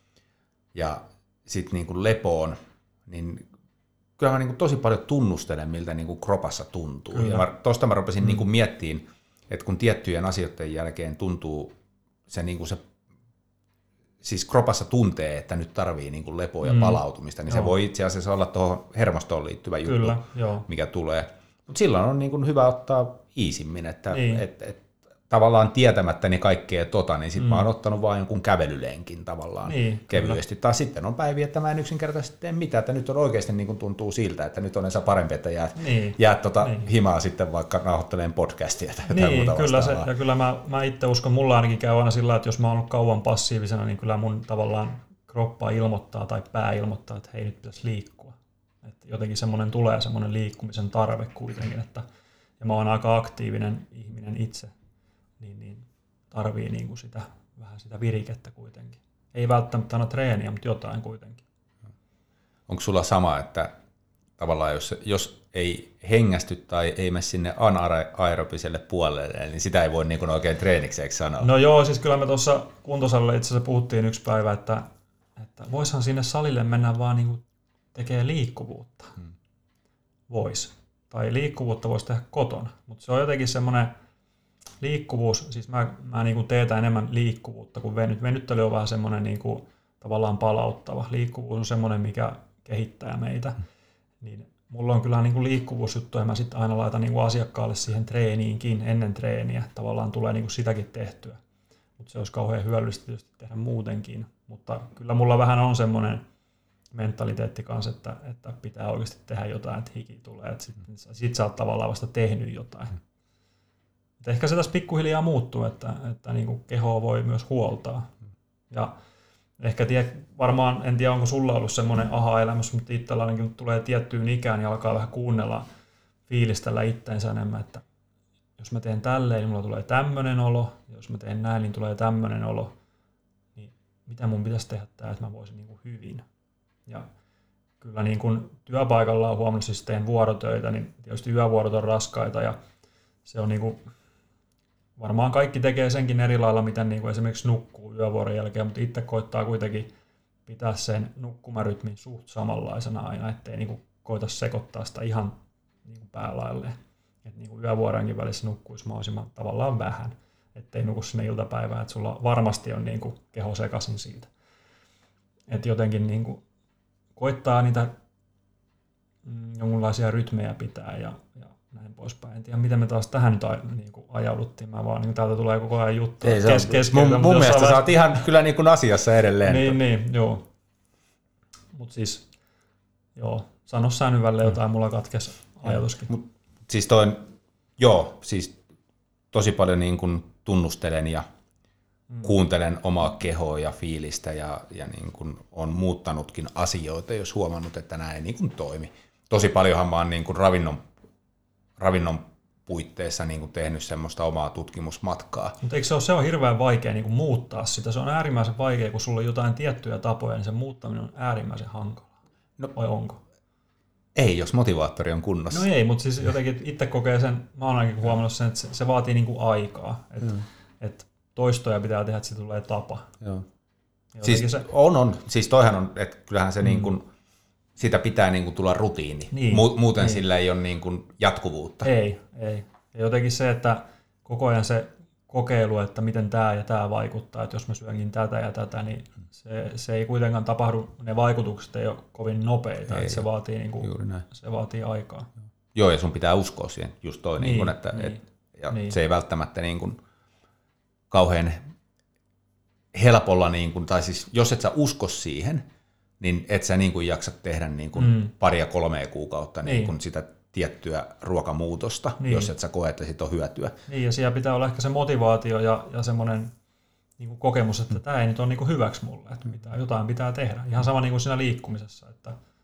Ja sitten niin kuin lepoon, niin kyllä mä niin kuin tosi paljon tunnustelen, miltä niin kuin kropassa tuntuu. Kyllä. Ja tuosta mä rupesin niin kuin miettimään, että kun tiettyjen asioiden jälkeen tuntuu se, niin kuin se siis kropassa tuntee, että nyt tarvii niin kuin lepoa ja palautumista, niin se voi itse asiassa olla tuohon hermostoon liittyvä juttu, Kyllä, mikä tulee. Mutta silloin on niin kuin hyvä ottaa iisimmin, että tavallaan tietämättäni kaikkea niin sitten mä oon ottanut vain jonkun kävelylenkin tavallaan kevyesti. Tai sitten on päiviä, että mä en yksinkertaisesti tee mitään, että nyt on oikeasti niin kuin tuntuu siltä, että nyt on ensin parempi, että jäät himaa sitten vaikka nauhoittelemaan podcastia tai jotain muuta kyllä vastaavaa. Ja kyllä mä itse uskon, mulla ainakin käy aina sillä, että jos mä oon ollut kauan passiivisena, niin kyllä mun tavallaan kroppa ilmoittaa tai pää ilmoittaa, että hei, nyt pitäisi liikkua. Että jotenkin semmoinen liikkumisen tarve kuitenkin, ja mä oon aika aktiivinen ihminen itse, niin tarvii niinku vähän sitä virikettä kuitenkin. Ei välttämättä aina treeniä, mutta jotain kuitenkin. Onko sulla sama, että tavallaan jos ei hengästy tai ei mene sinne anaerobiselle puolelle, niin sitä ei voi niin kuin oikein treenikseksi sanoa? No joo, siis kyllä me tuossa kuntosalilla itse asiassa puhuttiin yksi päivä, että voishan sinne salille mennä vaan niin kuin tekee liikkuvuutta. Vois. Tai liikkuvuutta voisi tehdä kotona, mutta se on jotenkin semmoinen liikkuvuus, siis mä niin kuin teetän enemmän liikkuvuutta kuin venyttely on vähän semmoinen niin kuin tavallaan palauttava. Liikkuvuus on semmoinen, mikä kehittää meitä. Niin mulla on kyllä niin kuin liikkuvuusjuttuja, mä sitten aina laitan niin kuin asiakkaalle siihen treeniinkin ennen treeniä. Tavallaan tulee niin kuin sitäkin tehtyä. Mutta se olisi kauhean hyödyllistä tietysti tehdä muutenkin. Mutta kyllä mulla vähän on semmoinen mentaliteetti kanssa, että pitää oikeasti tehdä jotain, että hiki tulee. Että sit sä oot tavallaan vasta tehnyt jotain. Mutta ehkä se tässä pikkuhiljaa muuttuu, että niin kuin kehoa voi myös huoltaa. Ja ehkä varmaan, en tiedä onko sulla ollut semmoinen aha-elämys, mutta itsellä ainakin tulee tiettyyn ikään ja alkaa vähän kuunnella, fiilistellä itteensä enemmän, että jos mä teen tälleen, niin mulla tulee tämmöinen olo, ja jos mä teen näin, niin tulee tämmöinen olo, niin mitä mun pitäisi tehdä tää, että mä voisin niin kuin hyvin. Ja kyllä niin kuin työpaikalla on huomannut, siis teen vuorotöitä, niin tietysti yövuorot on raskaita, ja se on niin kuin varmaan kaikki tekee senkin eri lailla, miten niin kuin esimerkiksi nukkuu yövuoron jälkeen, mutta itse koittaa kuitenkin pitää sen nukkumarytmin suht samanlaisena aina, ettei niin kuin koita sekoittaa sitä ihan niin kuin päälailleen. Että niin kuin yövuoronkin välissä nukkuisi mahdollisimman tavallaan vähän, ettei nuku sinne iltapäivään, että sulla varmasti on niin kuin keho sekaisin siitä. Että jotenkin niin kuin koittaa niitä jonkunlaisia rytmejä pitää ja näin poispäin. En tiedä, miten me taas tähän nyt niin kuin ajauduttiin. Mä vaan, niin täältä tulee koko ajan juttuja. Mun mielestä sä oot ihan kyllä niin kuin asiassa edelleen. Niin, joo. Mutta siis, joo, sano sä nyt välillä jotain, mulla katkesi ajatuskin. Siis siis tosi paljon niin kuin tunnustelen ja kuuntelen omaa kehoa ja fiilistä ja niin kuin on muuttanutkin asioita, jos huomannut, että nämä ei niin kuin toimi. Tosi paljonhan mä oon niin kuin ravinnon puitteissa niin kuin tehnyt semmoista omaa tutkimusmatkaa. Mutta eikö se on hirveän vaikea niin kuin muuttaa sitä? Se on äärimmäisen vaikea, kun sulla on jotain tiettyjä tapoja, niin sen muuttaminen on äärimmäisen hankalaa. No, vai onko? Ei, jos motivaattori on kunnossa. No ei, mutta siis jotenkin itse kokee sen, mä oon ainakin huomannut sen, että se vaatii niin kuin aikaa. Että toistoja pitää tehdä, että se tulee tapa. Joo. Siis on. Siis toihan on, että kyllähän se niin kuin, siitä pitää niin kuin tulla rutiini. Niin, muuten sillä ei ole niin kuin jatkuvuutta. Ei. Ja jotenkin se, että koko ajan se kokeilu, että miten tämä ja tämä vaikuttaa, että jos mä syönkin tätä ja tätä, niin se ei kuitenkaan tapahdu, ne vaikutukset ei ole kovin nopeita, että se vaatii, niin kuin, se vaatii aikaa. Joo, ja sun pitää uskoa siihen, just toi, se ei välttämättä niin kuin kauhean helpolla, niin kuin, tai siis jos et sä usko siihen, niin et sä niin kuin jaksa tehdä niin kuin 2-3 kuukautta niin kuin sitä tiettyä ruokamuutosta, jos et sä koe, että siitä on hyötyä. Niin, ja siellä pitää olla ehkä se motivaatio ja semmoinen niin kuin kokemus, että tämä ei nyt ole niin kuin hyväksi mulle, että jotain pitää tehdä. Ihan sama niin kuin siinä liikkumisessa, että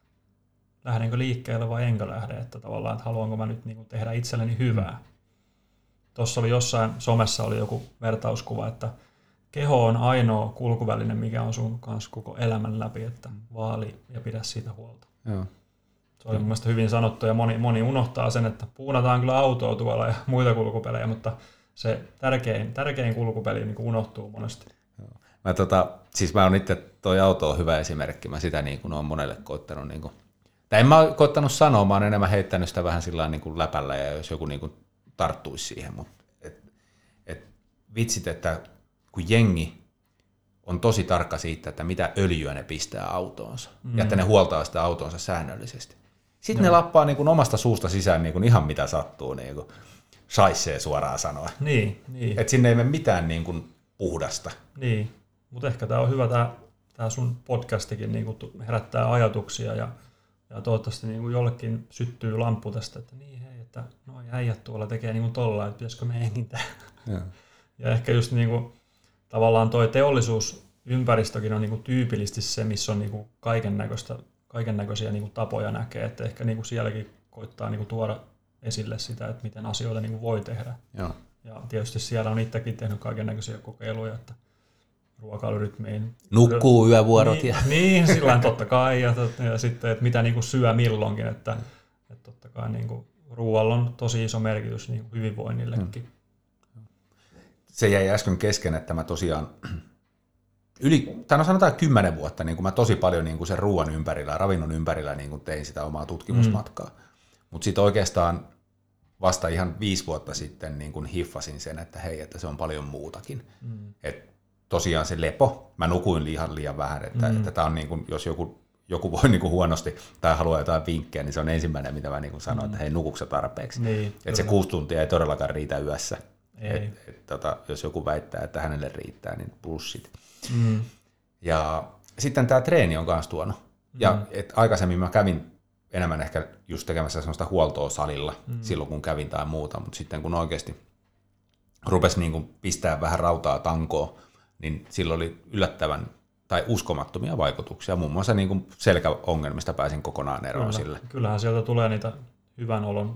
lähdenkö liikkeelle vai enkö lähde, että tavallaan, että haluanko mä nyt niin kuin tehdä itselleni hyvää. Tuossa oli jossain somessa oli joku vertauskuva, että keho on ainoa kulkuväline, mikä on sun kanssa koko elämän läpi, että vaali ja pidä siitä huolta. Joo. Se oli mun mielestä hyvin sanottu ja moni unohtaa sen, että puunataan kyllä autoa tuolla ja muita kulkupelejä, mutta se tärkein kulkupeli niin kuin unohtuu monesti. Mä oon itse, toi auto on hyvä esimerkki, mä sitä niin kuin oon monelle koittanut, niin kuin, tai en mä oon koittanut sanoa, mä oon enemmän heittänyt sitä vähän sillä niin kuin läpällä ja jos joku niin kuin tarttuisi siihen, mutta vitsit, että kun jengi on tosi tarkka siitä, että mitä öljyä ne pistää autoonsa ja että ne huoltaa sitä autoonsa säännöllisesti. Sitten ne lappaa niin kuin omasta suusta sisään niin kuin ihan mitä sattuu, niin kuin shaissee suoraan sanoa. Niin. Että sinne ei mene mitään niin kuin puhdasta. Niin, mutta ehkä tämä on hyvä, tämä sun podcastikin niin kuin herättää ajatuksia ja toivottavasti niin kuin jollekin syttyy lamppu tästä, että niin hei, että noi äijät tuolla tekee niin kuin tolla, että pitäisikö meidänkin tehdä. Ja ehkä just niin kuin, tavallaan toi teollisuusympäristökin on niin kuin tyypillisesti se, missä on niin kuin kaikennäköisiä niin kuin tapoja näkee, että ehkä niin kuin sielläkin koittaa niin kuin tuoda esille sitä, että miten asioita niin kuin voi tehdä. Joo. Ja tietysti siellä on itsekin tehnyt kaikennäköisiä kokeiluja, että ruokailurytmiin. Nukkuu yövuorot. Niin, sillä totta kai. Ja sitten, että mitä niin kuin syö milloinkin. Että totta kai niin kuin ruoalla on tosi iso merkitys niin kuin hyvinvoinnillekin. Se jäi äsken kesken, että mä tosiaan sanotaan 10 vuotta, niin kuin mä tosi paljon niin kuin sen ruoan ympärillä ja ravinnon ympärillä niin kuin tein sitä omaa tutkimusmatkaa. Mutta sitten oikeastaan vasta ihan 5 vuotta sitten niin kuin hiffasin sen, että hei, että se on paljon muutakin. Et tosiaan se lepo, mä nukuin liian vähän, että tää on niin kuin, jos joku voi niin kuin huonosti tai haluaa jotain vinkkejä, niin se on ensimmäinen, mitä mä niin kuin sanon, että hei, nukuksa tarpeeksi. Niin, että se 6 tuntia ei todellakaan riitä yössä. Ei. Jos joku väittää, että hänelle riittää, niin bullshit. Ja sitten tämä treeni on myös tuonut. Ja aikaisemmin mä kävin enemmän ehkä just tekemässä sellaista huoltoa salilla silloin, kun kävin tai muuta, mutta sitten kun oikeasti rupesi niin kuin pistää vähän rautaa tankoon, niin silloin oli yllättävän tai uskomattomia vaikutuksia. Muun muassa niin kuin selkäongelmista pääsin kokonaan eroon sille. Kyllähän sieltä tulee niitä hyvän olon,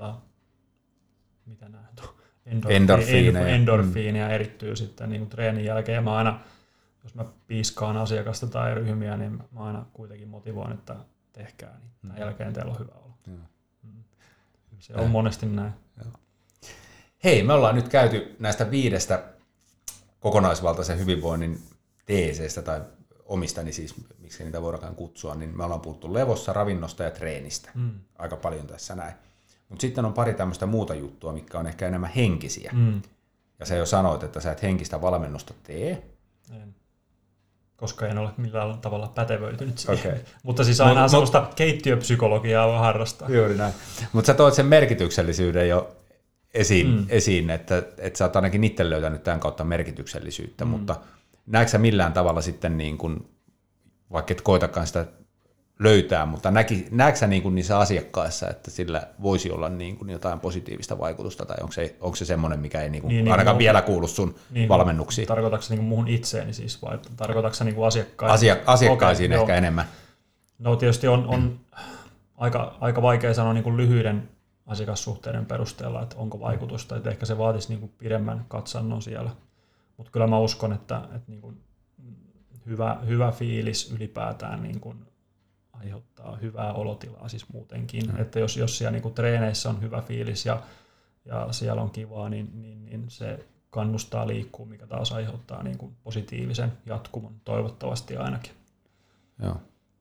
mitä nämä endorfiineja erittyy sitten niin kuin treenin jälkeen. Ja mä aina, jos mä piiskaan asiakasta tai ryhmiä, niin mä aina kuitenkin motivoin, että tehkää, niin tämän jälkeen teillä on hyvä olo. Se on monesti näin. Hei, me ollaan nyt käyty näistä 5 kokonaisvaltaisen hyvinvoinnin teeseistä tai omistani siis, miksi niitä voidaan kutsua, niin me ollaan puhuttu levossa, ravinnosta ja treenistä. Aika paljon tässä näin. Mutta sitten on pari tämmöistä muuta juttua, mitkä on ehkä enemmän henkisiä. Ja sä jo sanoit, että sä et henkistä valmennusta tee. En. Koska en ole millään tavalla pätevöitynyt siihen. Okay. Mutta siis aina sellaista keittiöpsykologiaa voi harrastaa. Juuri näin. Mutta sä toit sen merkityksellisyyden jo esiin että sä oot ainakin itse löytänyt tämän kautta merkityksellisyyttä, mutta näetkö sä millään tavalla sitten, niin kun, vaikka et koitakaan sitä löytää, mutta näetkö sä niin kun niissä asiakkaissa, että sillä voisi olla niin kun jotain positiivista vaikutusta, tai onko se semmoinen, mikä ei niin kun ainakaan vielä kuulu sun valmennuksiin? Tarkoitatko se niin mun itseeni siis, vai tarkoitatko se niin asiakkaisiin? Asiakkaisiin ehkä enemmän. No tietysti on aika vaikea sanoa niin lyhyiden asiakassuhteiden perusteella, että onko vaikutusta, että ehkä se vaatisi niin pidemmän katsannon siellä. Mutta kyllä mä uskon, että niin kuin hyvä fiilis ylipäätään niin kuin aiheuttaa hyvää olotilaa siis muutenkin. Että jos siellä niin kuin treeneissä on hyvä fiilis ja siellä on kivaa, niin se kannustaa liikkuu, mikä taas aiheuttaa niin kuin positiivisen jatkumon, toivottavasti ainakin. Joo.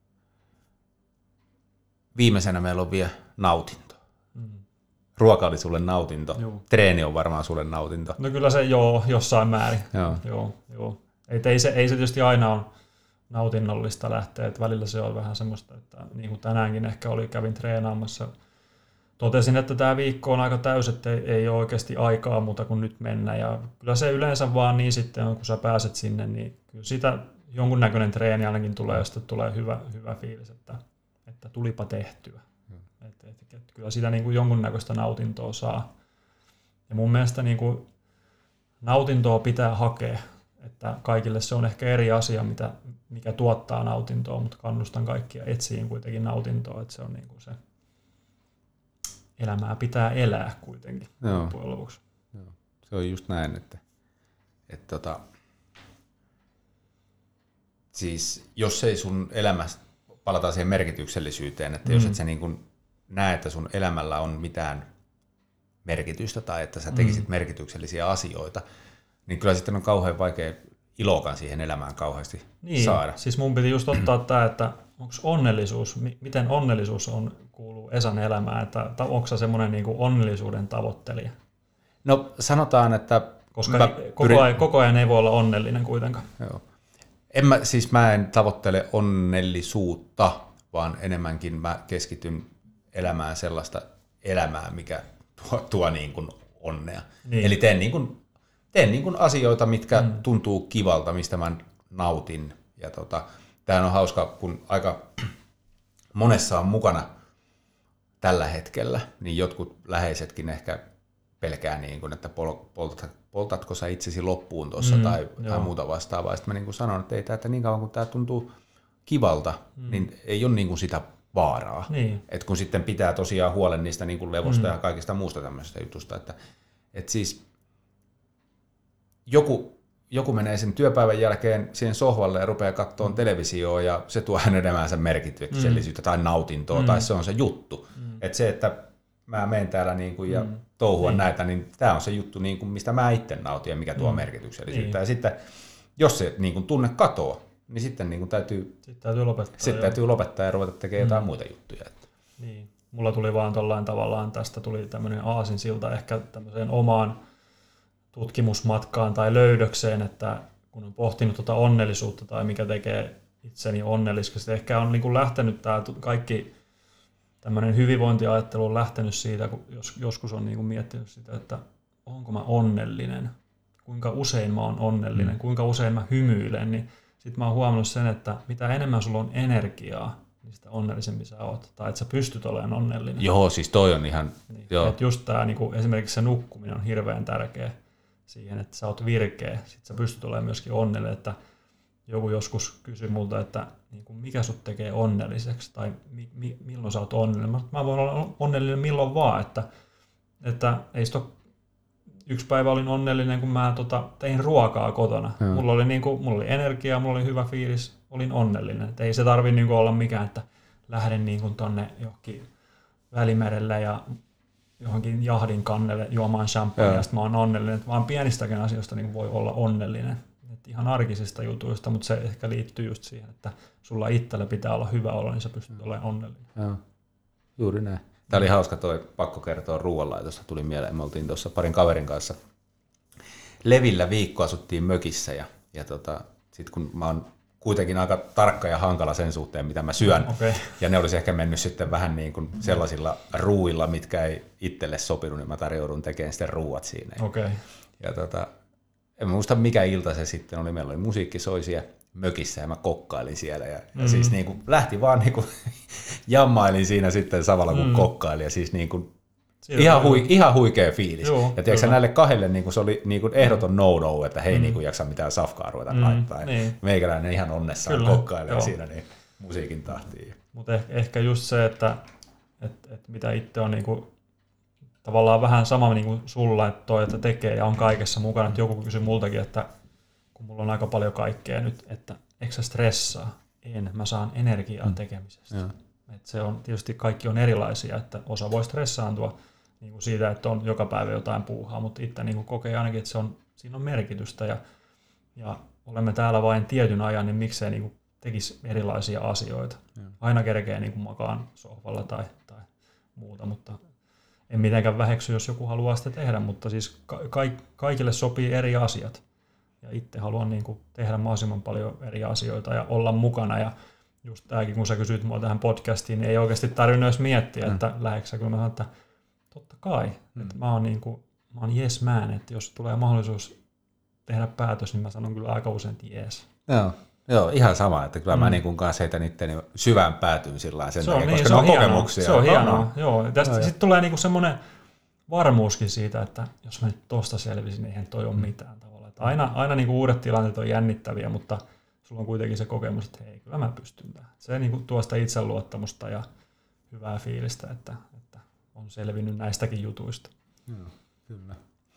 Viimeisenä meillä on vielä nautinto. Ruoka oli sulle nautinto. Joo. Treeni on varmaan sulle nautinto. No kyllä se jossain määrin. Joo. Ei se tietysti aina on nautinnollista lähteä, että välillä se on vähän semmoista, että niin kuin tänäänkin ehkä kävin treenaamassa. Totesin, että tämä viikko on aika täysi, että ei ole oikeasti aikaa muuta kuin nyt mennä. Ja kyllä se yleensä vaan niin sitten on, kun sä pääset sinne, niin kyllä sitä jonkunnäköinen treeni ainakin tulee, josta tulee hyvä fiilis, että tulipa tehtyä. Et kyllä sitä niin kuin jonkunnäköistä nautintoa saa. Ja mun mielestä niin kuin nautintoa pitää hakea. että kaikille se on ehkä eri asia, mikä tuottaa nautintoa, mutta kannustan kaikkia etsiin kuitenkin nautintoa, että se on niin kuin se elämää pitää elää kuitenkin loppujen lopuksi. Joo. Se on just näin, että siis jos ei sun elämässä, palataan siihen merkityksellisyyteen, että jos et sä niin kuin näe, että sun elämällä on mitään merkitystä tai että sä tekisit merkityksellisiä asioita, niin kyllä sitten on kauhean vaikea iloakaan siihen elämään kauheasti saada. Siis mun piti just ottaa tämä, että onko onnellisuus, miten onnellisuus kuuluu Esan elämään, että onko sä semmoinen niin kuin onnellisuuden tavoittelija? No sanotaan, että koska koko ajan ei voi olla onnellinen kuitenkaan. Joo. Mä en tavoittele onnellisuutta, vaan enemmänkin mä keskityn elämään sellaista elämää, mikä tuo niin kuin onnea. Niin. Eli teen niin kuin asioita, mitkä tuntuu kivalta, mistä mä nautin. Ja tämähän on hauska, kun aika monessa on mukana tällä hetkellä, niin jotkut läheisetkin ehkä pelkää, niin kuin, että poltatko sä itsesi loppuun tuossa tai muuta vastaavaa. Sitten mä niin kuin sanon, että ei tämä niin kauan kun tämä tuntuu kivalta, niin ei ole niin kuin sitä vaaraa. Niin. Et kun sitten pitää tosiaan huolen niistä niin kuin levosta ja kaikista muusta tämmöisestä jutusta. Että siis joku menee sen työpäivän jälkeen siihen sohvalle ja rupeaa katsomaan televisioon ja se tuo hänen elämäänsä merkityksellisyyttä tai nautintoa tai se on se juttu. Että se, että mä menen täällä niin kuin ja touhuan näitä, niin tämä on se juttu, niin kuin, mistä mä itse nautin ja mikä tuo merkityksellisyyttä. Ja sitten, jos se niin kuin tunne katoaa, niin sitten niin kuin täytyy lopettaa ja ruveta tekemään jotain muita juttuja. Niin. Mulla tuli vaan tollain tavallaan, tästä tuli tämmöinen aasinsilta ehkä tämmöiseen omaan tutkimusmatkaan tai löydökseen, että kun on pohtinut tuota onnellisuutta tai mikä tekee itseni onnelliseksi, ehkä on niin kuin lähtenyt tämä kaikki tämmöinen hyvinvointiajattelu on lähtenyt siitä, kun joskus on niin kuin miettinyt sitä, että onko mä onnellinen, kuinka usein mä oon onnellinen, kuinka usein mä hymyilen, niin sitten mä oon huomannut sen, että mitä enemmän sulla on energiaa, niin sitä onnellisempi sä oot, tai että sä pystyt olemaan onnellinen. Joo, siis toi on ihan... Niin, että just tää, niin kuin esimerkiksi se nukkuminen on hirveän tärkeä siihen, että sä oot virkeä, sit sä pystyt olemaan myöskin onnellinen, että joku joskus kysyi multa, että niin kuin mikä sut tekee onnelliseksi, tai milloin sä oot onnellinen. Mä voin olla onnellinen milloin vaan, että ei sitä yksi päivä olin onnellinen, kun mä tein ruokaa kotona. Mulla oli energiaa, mulla oli hyvä fiilis, olin onnellinen. Et ei se tarvitse niin olla mikään, että lähden niin tonne johonkin Välimerelle ja johonkin jahdin kannelle juomaan champagnea, ja sitten mä oon onnellinen. Et vaan pienistäkin asioista niin voi olla onnellinen. Et ihan arkisista jutuista, mutta se ehkä liittyy just siihen, että sulla itsellä pitää olla hyvä olo, niin sä pystyt olemaan onnellinen. Joo, juuri näin. Tämä oli hauska pakko kertoa ruoanlaitosta, tuli mieleen. Me oltiin tuossa parin kaverin kanssa Levillä viikko, asuttiin mökissä ja sitten kun mä oon kuitenkin aika tarkka ja hankala sen suhteen, mitä mä syön, ja ne olisi ehkä mennyt sitten vähän niin kuin sellaisilla ruuilla, mitkä ei itselle sopinut, niin mä tarjoudun tekemään sitten ruuat siinä. Okay. Ja en muista mikä ilta se sitten oli, meillä oli musiikki soi siellä mökissä ja mä kokkailin siellä ja siis niin kuin lähti vaan niin kuin jammailin siinä sitten samalla kun kokkailin ja siis niin kuin ihan huikea fiilis. Joo, ja tiedätkö näille kahdelle niin kuin se oli niin kuin ehdoton no-no, että hei niin kuin jaksa mitään safkaa ruveta laittaa. Niin. Meikäläinen ihan onnessaan kokkailee siinä niin musiikin tahtiin. Mutta ehkä just se, että mitä itse on niin kuin tavallaan vähän sama niin kuin sulla, että tekee ja on kaikessa mukana. Että joku kysyi multakin, että kun mulla on aika paljon kaikkea nyt, että eikö sä stressaa? Mä saan energiaa tekemisestä. Että se on, tietysti kaikki on erilaisia, että osa voi stressaantua niin kuin siitä, että on joka päivä jotain puuhaa, mutta itse niin kuin kokee ainakin, että siinä on merkitystä ja olemme täällä vain tietyn ajan, niin miksei niin kuin tekisi erilaisia asioita. Aina kerkee niin kuin makaan sohvalla tai muuta, mutta en mitenkään väheksy, jos joku haluaa sitä tehdä, mutta siis kaikille sopii eri asiat. Ja itse haluan niin kuin tehdä mahdollisimman paljon eri asioita ja olla mukana. Ja just tämäkin, kun sä kysyit mua tähän podcastiin, niin ei oikeasti tarvinnut edes miettiä, että läheksä. Kyllä mä sanon, että totta kai. Että mä oon yes man, että jos tulee mahdollisuus tehdä päätös, niin mä sanon kyllä aika usein, että yes. Joo, ihan sama, että kyllä mä niin kuin kanssa heitän itteni syvään päätyyn sillä sen takia, koska se on kokemuksia. Se on hienoa, joo. Tästä sitten tulee niinku semmoinen varmuuskin siitä, että jos mä nyt tosta selvisin, niin eihän toi ole mitään tavalla. Että aina niin kuin uudet tilanteet on jännittäviä, mutta sulla on kuitenkin se kokemus, että hei, kyllä mä pystyn tähän. Se niin kuin tuo sitä itseluottamusta ja hyvää fiilistä, että on selvinnyt näistäkin jutuista. Joo, kyllä.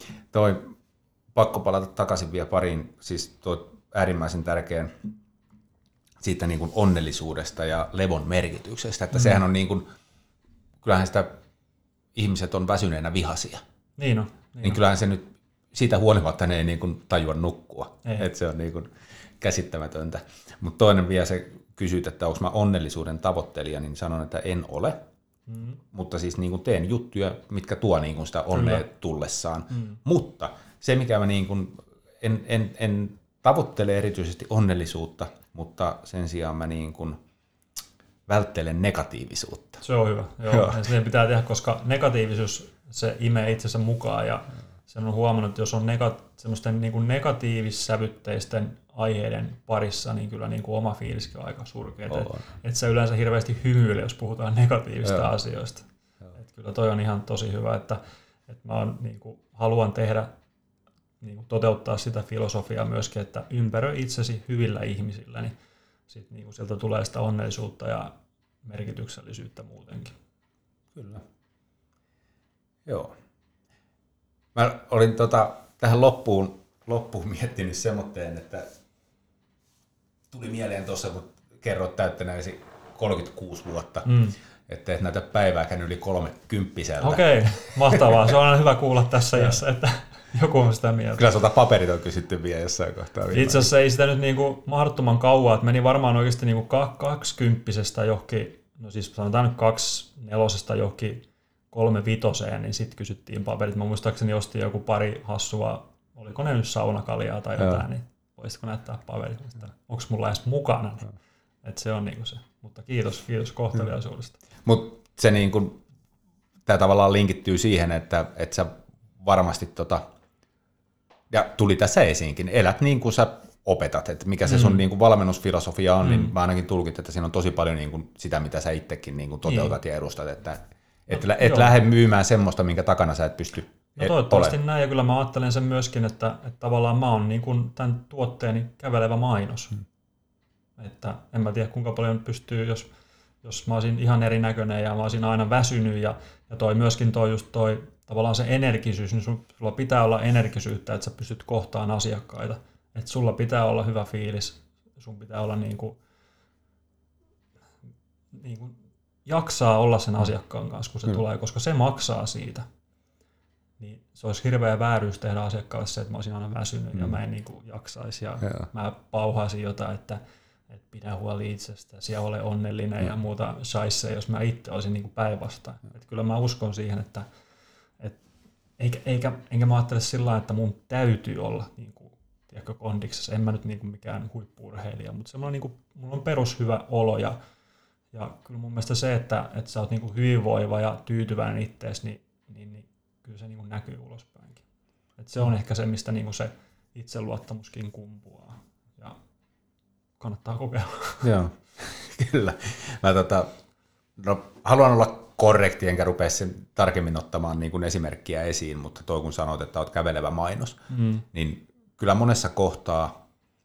Pakko palata takaisin vielä pariin, siis tuo äärimmäisen tärkeän siitä niin kuin onnellisuudesta ja levon merkityksestä, että sehän on niin kuin, kyllähän sitä ihmiset on väsyneenä vihaisia. Niin on. Niin kyllähän se nyt siitä huolimatta ne ei niin kuin tajua nukkua, että se on niin kuin käsittämätöntä. Mutta toinen vielä se kysyt, että onko mä onnellisuuden tavoittelija, niin sanon, että en ole. Mutta siis niin kuin teen juttuja, mitkä tuo niin kuin sitä onnea tullessaan. Mutta se, mikä mä niin kuin, en tavoittele erityisesti onnellisuutta, mutta sen sijaan mä niin kuin välttelen negatiivisuutta. Se on hyvä. Joo. Ja sitä pitää tehdä, koska negatiivisuus se imee itsensä mukaan ja sen on huomannut, että jos on semmoisten niin kuin negatiivissävytteisten aiheiden parissa, niin kyllä niin kuin oma fiiliskin on aika surkea. Et sä yleensä hirveästi hymyile, jos puhutaan negatiivista asioista. Et kyllä toi on ihan tosi hyvä, että mä niin kuin haluan tehdä, niin kuin toteuttaa sitä filosofiaa myöskin, että ympäröi itsesi hyvillä ihmisillä, niin sit niin kuin sieltä tulee sitä onnellisuutta ja merkityksellisyyttä muutenkin. Kyllä. Joo. Mä olin tähän loppuun miettinyt semmoitteen, että tuli mieleen tuossa, kun kerroit täyttäneesi 36 vuotta, että et näytä päivääkään yli 30-vuotiaalta. Okei, mahtavaa. Se on aina hyvä kuulla tässä iässä, että joku on sitä mieltä. Kyllä sulta paperit on kysytty vielä jossain kohtaa. Itse asiassa ei sitä nyt niinku mahdottoman kauan, että meni varmaan oikeasti niinku 20 johonkin, no siis sanotaan nyt 24 johonkin 35, niin sitten kysyttiin paperit. Mä muistaakseni ostin joku pari hassua, oliko ne nyt saunakaljaa tai jotain, niin voisitko näyttää paperit, onko mulla edes mukana. Että se on niinku se. Mutta kiitos kohteliaisuudesta. Mutta se niinku, tämä tavallaan linkittyy siihen, että sä varmasti ja tuli tässä esiinkin, elät niin kuin sä opetat, että mikä se sun niin kuin valmennusfilosofia on, niin mä ainakin tulkit, että siinä on tosi paljon niin kuin sitä, mitä sä itsekin niin kuin toteutat ja edustat, että et lähde myymään semmoista, minkä takana sä et pysty toivottavasti näin, ja kyllä mä ajattelen sen myöskin, että tavallaan mä oon niin kuin tämän tuotteeni kävelevä mainos. Että en mä tiedä, kuinka paljon pystyy, jos mä olisin ihan erinäköinen ja mä olisin aina väsynyt, ja myöskin toi tavallaan se energisyys, niin sulla pitää olla energisyyttä, että sä pystyt kohtaamaan asiakkaita. Että sulla pitää olla hyvä fiilis, sun pitää olla niin kuin jaksaa olla sen asiakkaan kanssa, kun se tulee, koska se maksaa siitä. Niin se olisi hirveä vääryys tehdä asiakkaalle se, että mä olisin aina väsynyt ja mä en niin kuin jaksaisi ja mä pauhaisin jotain, että pidä huoli itsestä, siellä ole onnellinen ja muuta shaisseja, jos mä itse olisin niin kuin päinvastaan. Että kyllä mä uskon siihen, että enkä mä ajattele sillä lailla, että mun täytyy olla niin kuin, tiedätkö, kondiksessa. En mä nyt niin kuin mikään huippu-urheilija, mutta semmoinen niin kuin, mulla on perushyvä olo ja kyllä mun mielestä se, että sä oot niin kuin hyvinvoiva ja tyytyväinen itteesi, niin kyllä se niin kuin näkyy ulospäinkin. Et se on ehkä se, mistä niin kuin se itseluottamuskin kumpuaa ja kannattaa kokeilla. Joo, kyllä. Mä haluan olla korrekti, enkä rupea sen tarkemmin ottamaan niin kuin esimerkkiä esiin, mutta toi kun sanoit, että olet kävelevä mainos, niin kyllä monessa kohtaa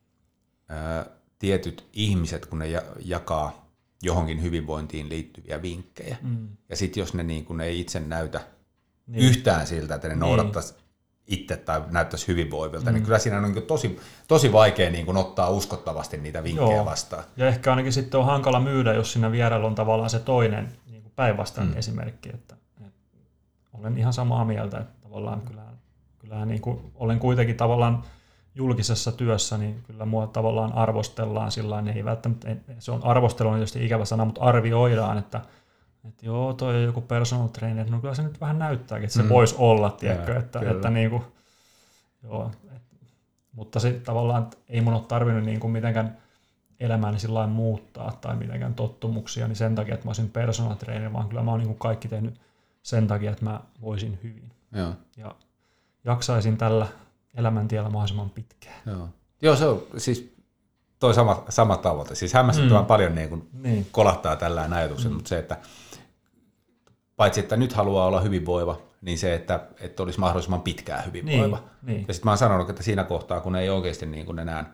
tietyt ihmiset, kun ne jakaa johonkin hyvinvointiin liittyviä vinkkejä, ja sitten jos ne niin kuin ei itse näytä yhtään siltä, että ne noudattaisi itse tai näyttäisi hyvinvoivilta, niin kyllä siinä on niin tosi vaikea niin kuin ottaa uskottavasti niitä vinkkejä vastaan. Ja ehkä ainakin sitten on hankala myydä, jos siinä vierellä on tavallaan se toinen niin kuin päinvastainen esimerkki. Että olen ihan samaa mieltä, että tavallaan kyllähän niin kuin olen kuitenkin tavallaan julkisessa työssä, niin kyllä mua tavallaan arvostellaan sillain, ei välttämättä, se on arvostelu on tietysti ikävä sana, mutta arvioidaan, että joo, toi on joku personal trainer, no kyllä se nyt vähän näyttääkin, että se voisi olla, tiedätkö, että niin kuin, joo, mutta se tavallaan ei mun ole tarvinnut niin kuin mitenkään elämääni sillain muuttaa tai mitenkään tottumuksia, niin sen takia, että mä olisin personal trainer, vaan kyllä mä oon niin kuin kaikki tehnyt sen takia, että mä voisin hyvin. Ja jaksaisin tällä elämäntiellä mahdollisimman pitkään. Joo, se on siis toi sama tavoite. Siis hämmästyttävän paljon kolahtaa tällainen ajatukset, mutta se, että paitsi että nyt haluaa olla hyvinvoiva, niin se, että olisi mahdollisimman pitkään hyvinvoiva. Niin. Ja sitten mä oon sanonut, että siinä kohtaa, kun ei oikeasti niin kuin enää,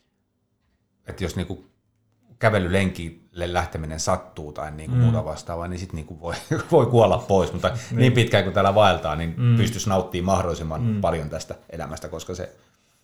että jos niin kuin kävelylenkille lähteminen sattuu tai niin kuin muuta vastaavaa, niin sitten niin voi kuolla pois, mutta niin pitkään kuin täällä vaeltaa, niin pystyisi nauttimaan mahdollisimman paljon tästä elämästä, koska se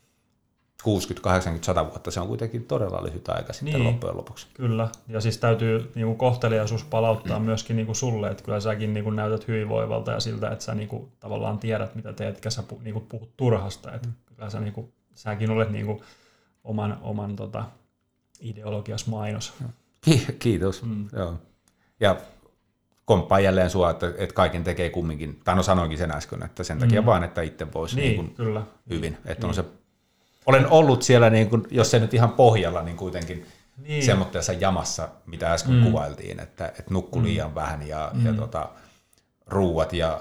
60, 80, 100 vuotta, se on kuitenkin todella lyhyt aika sitten loppujen lopuksi. Kyllä, ja siis täytyy niin kuin kohteliaisuus palauttaa myöskin niin kuin sulle, että kyllä säkin niin kuin näytät hyvinvoivalta ja siltä, että sä niin kuin tavallaan tiedät, mitä teet, etkä sä niin kuin puhut turhasta, että kyllä sä, niin kuin, säkin olet niin kuin oman ideologias mainos. Kiitos. Joo. Ja komppaan jälleen sua, että kaiken tekee kumminkin, tai no sanoinkin sen äsken, että sen takia vaan, että itse voisi niin kyllä. hyvin. Että on se, olen ollut siellä, niin kuin, jos se nyt ihan pohjalla, niin kuitenkin semmoisessa jamassa, mitä äsken kuvailtiin, että nukkuu liian vähän ja ruuat ja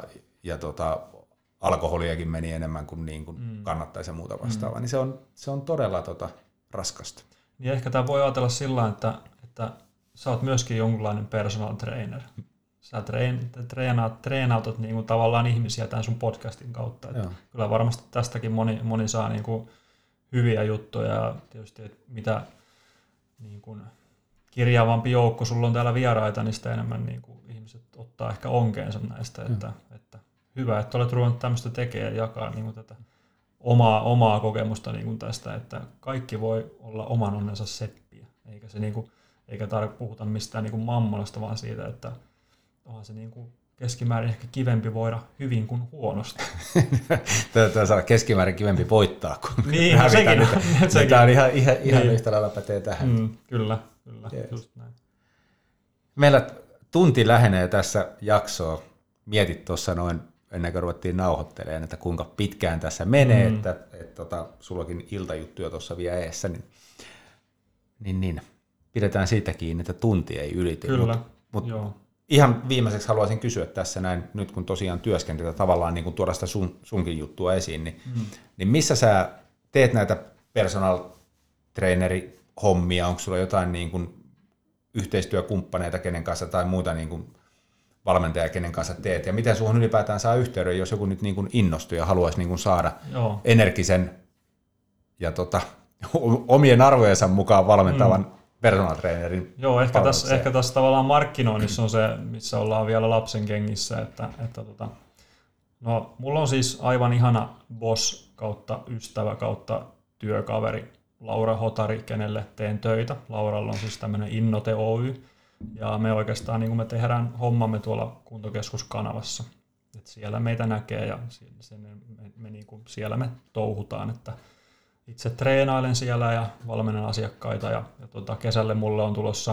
alkoholiakin meni enemmän kuin, niin kuin kannattaisi ja muuta vastaavaa, niin se on todella raskasta. Niin ehkä tämä voi ajatella sillä, että sä oot myöskin jonkunlainen personal trainer. Sä treenautat niin kuin tavallaan ihmisiä tämän sun podcastin kautta. Että kyllä varmasti tästäkin moni saa niin kuin hyviä juttuja ja tietysti, että mitä niin kuin kirjaavampi joukko sulla on täällä vieraita, niin sitä enemmän niin kuin ihmiset ottaa ehkä onkeensa näistä. Että hyvä, että olet ruvennut tämmöistä tekemään ja jakaa niin kuin tätä omaa kokemusta niin kuin tästä, että kaikki voi olla oman onnensa seppiä, eikä se niin kuin, puhuta mistään niin kuin mammonasta, vaan siitä, että onhan se niin kuin keskimäärin ehkä kivempi voida hyvin kuin huonosti. Tämä saa keskimäärin kivempi voittaa kuin niin, hävitä. Tämä on ihan yhtä lailla pätee tähän. Kyllä, just näin. Meillä tunti lähenee tässä jaksoa. Mietit tuossa noin ennen kuin ruvettiin nauhoittelemaan, että kuinka pitkään tässä menee, että sullakin iltajuttuja tuossa vielä eessä, niin pidetään siitä kiinni, että tunti ei ylity. Kyllä, joo. Ihan viimeiseksi haluaisin kysyä tässä näin, nyt kun tosiaan työskentelet tavallaan niin kuin tuoda sitä sunkin juttua esiin, niin missä sä teet näitä personal traineri hommia, onko sulla jotain niin kuin yhteistyökumppaneita kenen kanssa tai muita niin kuin valmentaja, kenen kanssa teet, ja miten suhun ylipäätään saa yhteyden, jos joku nyt niin kuin innostuu ja haluaisi niin kuin saada energisen ja omien arvojensa mukaan valmentavan personal trainerin. Joo, ehkä tässä tavallaan markkinoinnissa on se, missä ollaan vielä lapsen kengissä, että no, mulla on siis aivan ihana boss kautta ystävä kautta työkaveri Laura Hotari, kenelle teen töitä. Lauralla on siis tämmöinen Innote Oy, ja me oikeastaan niin kuin me tehdään hommamme tuolla kuntokeskuskanavassa. Et siellä meitä näkee ja me niin kuin siellä me touhutaan, että itse treenailen siellä ja valmennan asiakkaita ja kesälle mulle on tulossa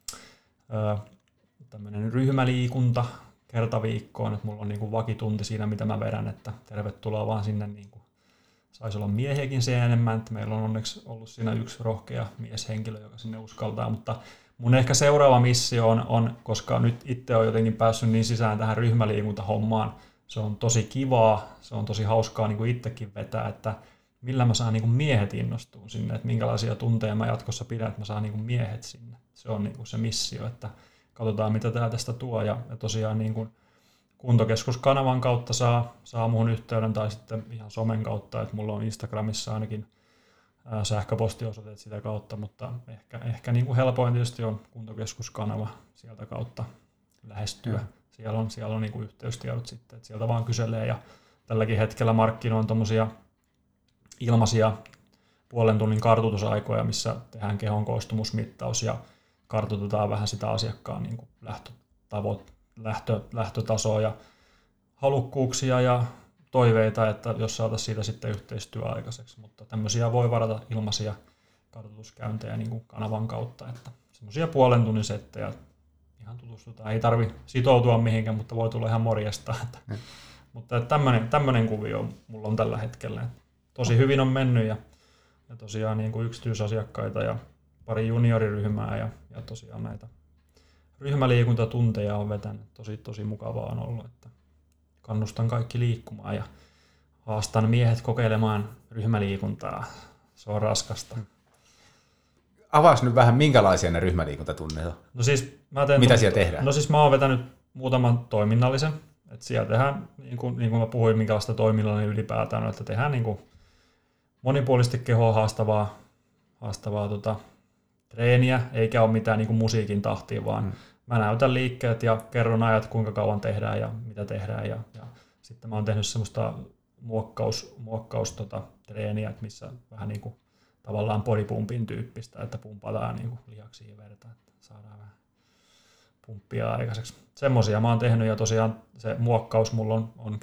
tämmöinen ryhmäliikunta kertaviikkoon, että mulla on niin kuin vakitunti siinä, mitä mä vedän, että tervetuloa vaan sinne, niin kuin saisi olla miehiäkin siellä enemmän, että meillä on onneksi ollut siinä yksi rohkea mieshenkilö, joka sinne uskaltaa, mutta mun ehkä seuraava missio on, koska nyt itse on jotenkin päässyt niin sisään tähän ryhmäliikuntahommaan, se on tosi kivaa, se on tosi hauskaa niin kuin itsekin vetää, että millä mä saan niin kuin miehet innostumaan sinne, että minkälaisia tunteja mä jatkossa pidän, että mä saan niin kuin miehet sinne. Se on niin kuin se missio, että katsotaan mitä tää tästä tuo ja tosiaan niin kuin kuntokeskuskanavan kautta saa muhun yhteyden tai sitten ihan somen kautta, että mulla on Instagramissa ainakin sähköpostiosoitteet sitä kautta, mutta ehkä niin kuin helpoin tietysti on kuntokeskuskanava sieltä kautta lähestyä. Siellä on niin kuin yhteystiedot sitten, että sieltä vaan kyselee ja tälläkin hetkellä markkinoin tommosia ilmaisia puolen tunnin kartoitusaikoja, missä tehdään kehon koostumusmittaus ja kartoitetaan vähän sitä asiakkaan niin kuin lähtötasoa ja halukkuuksia ja toiveita, että jos saataisiin siitä sitten yhteistyö aikaiseksi, mutta tämmöisiä voi varata ilmaisia kartoituskäyntejä niin kuin kanavan kautta, että semmoisia puolen tunnin settejä ihan tutustutaan, ei tarvi sitoutua mihinkään, mutta voi tulla ihan morjesta, mutta tämmöinen kuvio mulla on tällä hetkellä. Tosi hyvin on mennyt ja tosiaan niin kuin yksityisasiakkaita ja pari junioriryhmää ja tosiaan näitä ryhmäliikuntatunteja on vetänyt. Tosi mukavaa on ollut, että kannustan kaikki liikkumaan ja haastan miehet kokeilemaan ryhmäliikuntaa. Se on raskasta. Avaas nyt vähän, minkälaisia ne ryhmäliikuntatunnit on? No siis, mitä siellä tehdään? No siis mä oon vetänyt muutaman toiminnallisen Et siellä tehdään, niin kuin mä puhuin, minkälaista toiminnalla niin ylipäätään, että tehdään niin kuin monipuolisesti kehoa haastavaa treeniä, eikä ole mitään niin kuin musiikin tahtia, vaan mä näytän liikkeet ja kerron ajat, kuinka kauan tehdään ja mitä tehdään. Ja sitten mä oon tehnyt semmoista treeniä, että missä vähän niin kuin tavallaan bodypumpin tyyppistä, että pumpataan niin kuin lihaksia ja verta, että saadaan vähän pumppia aikaiseksi. Semmoisia mä oon tehnyt ja tosiaan se muokkaus mulla on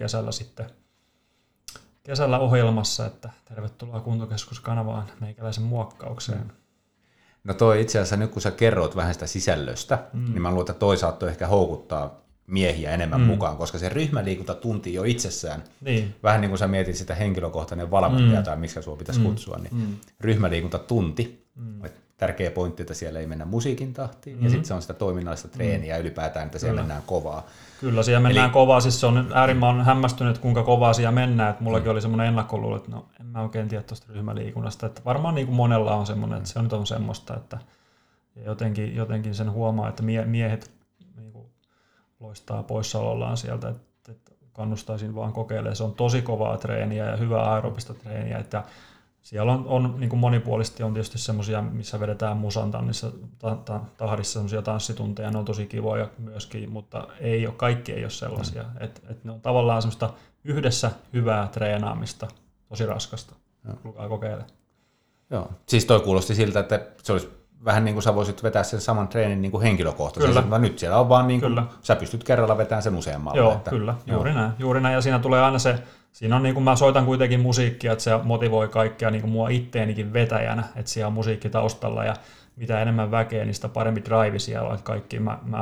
kesällä ohjelmassa, että tervetuloa Kuntokeskus-kanavaan meikäläisen muokkaukseen. No toi itse asiassa nyt kun sä kerroit vähän sitä sisällöstä, niin mä luulen, että toi saattoi ehkä houkuttaa miehiä enemmän mukaan, koska se ryhmäliikuntatunti jo itsessään, vähän niin kuin sä mietit sitä henkilökohtainen valmentaja tai miksi sua pitäisi kutsua, niin ryhmäliikuntatunti, tärkeä pointti, että siellä ei mennä musiikin tahtiin, ja sitten se on sitä toiminnallista treeniä ylipäätään, että siellä mennään kovaa. Kyllä, siellä mennään kovaa, siis se on äärimmäisen hämmästynyt, kuinka kovaa siellä mennään, että mullakin oli semmoinen ennakkoluulo, että no en mä oikein tiedä tuosta ryhmäliikunnasta, että varmaan niin kuin monella on semmoinen, että se nyt on semmoista, että jotenkin sen huomaa, että miehet niin kuin loistaa poissaolollaan sieltä, että kannustaisin vaan kokeilemaan, se on tosi kovaa treeniä ja hyvää aerobista treeniä, että siellä on niin kuin monipuolisesti on tietysti semmoisia, missä vedetään musan tahdissa semmoisia tanssitunteja, ne on tosi kivoja myöskin, mutta kaikki ei ole sellaisia. Et ne on tavallaan semmoista yhdessä hyvää treenaamista, tosi raskasta. Tulkaa kokeile. Joo, siis toi kuulosti siltä, että se olisi vähän niin kuin sä voisit vetää sen saman treenin niin kuin henkilökohtaisesti. Kyllä. Nyt siellä on vaan niin kuin, sä pystyt kerralla vetämään sen useammalla. Joo, että, kyllä, juuri näin. Ja siinä tulee aina siinä on niin kuin mä soitan kuitenkin musiikkia, että se motivoi kaikkea niin kuin mua itteenikin vetäjänä, että siellä on musiikki taustalla ja mitä enemmän väkeä, niin sitä parempi drive siellä on. Kaikki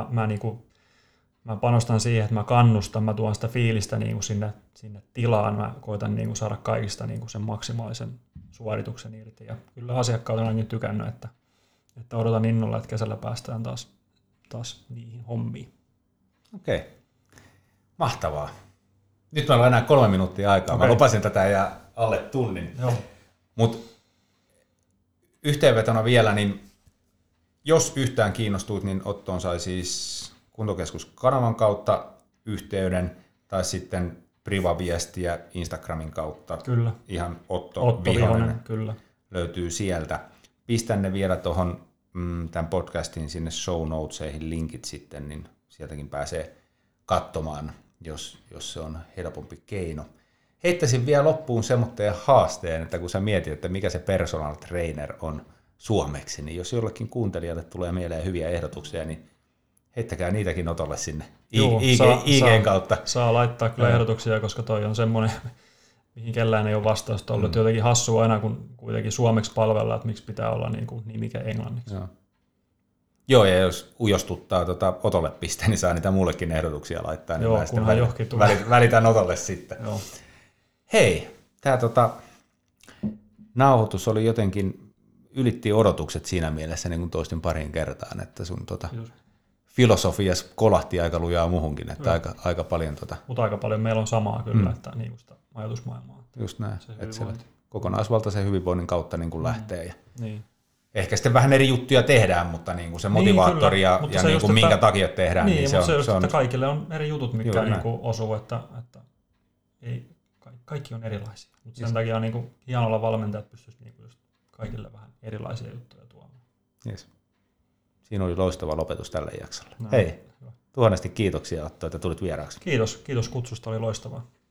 mä panostan siihen, että mä kannustan, mä tuon sitä fiilistä niin kuin sinne tilaan, mä koitan niin kuin saada kaikista niin kuin sen maksimaalisen suorituksen irti. Ja kyllä asiakkaat on ainakin tykännyt, että odotan innolla, että kesällä päästään taas niihin hommiin. Okei, mahtavaa. Nyt meillä on enää 3 minuuttia aikaa. Mä lupasin tätä ja alle tunnin. Mutta yhteenvetona vielä, niin jos yhtään kiinnostuit, niin Ottoon sai siis Kuntokeskus-kanavan kautta yhteyden tai sitten privaviestiä Instagramin kautta. Kyllä. Ihan Otto Vihonen kyllä. Löytyy sieltä. Pistän ne vielä tuohon tämän podcastin sinne show notesihin linkit sitten, niin sieltäkin pääsee katsomaan, jos se on helpompi keino. Heittäisin vielä loppuun semmoinen haasteen, että kun sä mietit, että mikä se personal trainer on suomeksi, niin jos jollekin kuuntelijalle tulee mieleen hyviä ehdotuksia, niin heittäkää niitäkin Otolle sinne IGn kautta. Saa laittaa kyllä ehdotuksia, koska toi on semmoinen, mihin kellään ei ole vastausta ollut. Jotenkin hassua aina, kun kuitenkin suomeksi palvellaan, että miksi pitää olla niin mikä englanniksi. Joo, ja jos ujostuttaa Otolle pisteen, niin saa niitä mullekin ehdotuksia laittaa. Niin joo, kunhan johonkin tulee. Välitän Otolle sitten. Joo. Hei, tämä nauhoitus oli jotenkin, ylitti odotukset siinä mielessä, niin kuin toistin pariin kertaan, että sun filosofias kolahti aika lujaa muuhunkin, että aika paljon. Mutta aika paljon meillä on samaa kyllä, että niin sitä ajatusmaailmaa. Just näin, että se kokonaisvaltaisen hyvinvoinnin kautta niin kuin lähtee. Ja niin. Ehkä sitten vähän eri juttuja tehdään, mutta niin kuin se motivaattori ja niin kuin minkä takia tehdään. Niin, mutta se on, että kaikille on eri jutut, mitkä niin kuin osuu, että ei, kaikki on erilaisia. Mutta sen takia on niin kuin hienolla valmentajat pystyisi niin kuin just kaikille vähän erilaisia juttuja tuomaan. Yes. Siinä oli loistava lopetus tälle jaksolle. Hei, tuhannesti kiitoksia Otto, että tulit vieraaksi. Kiitos kutsusta, oli loistavaa.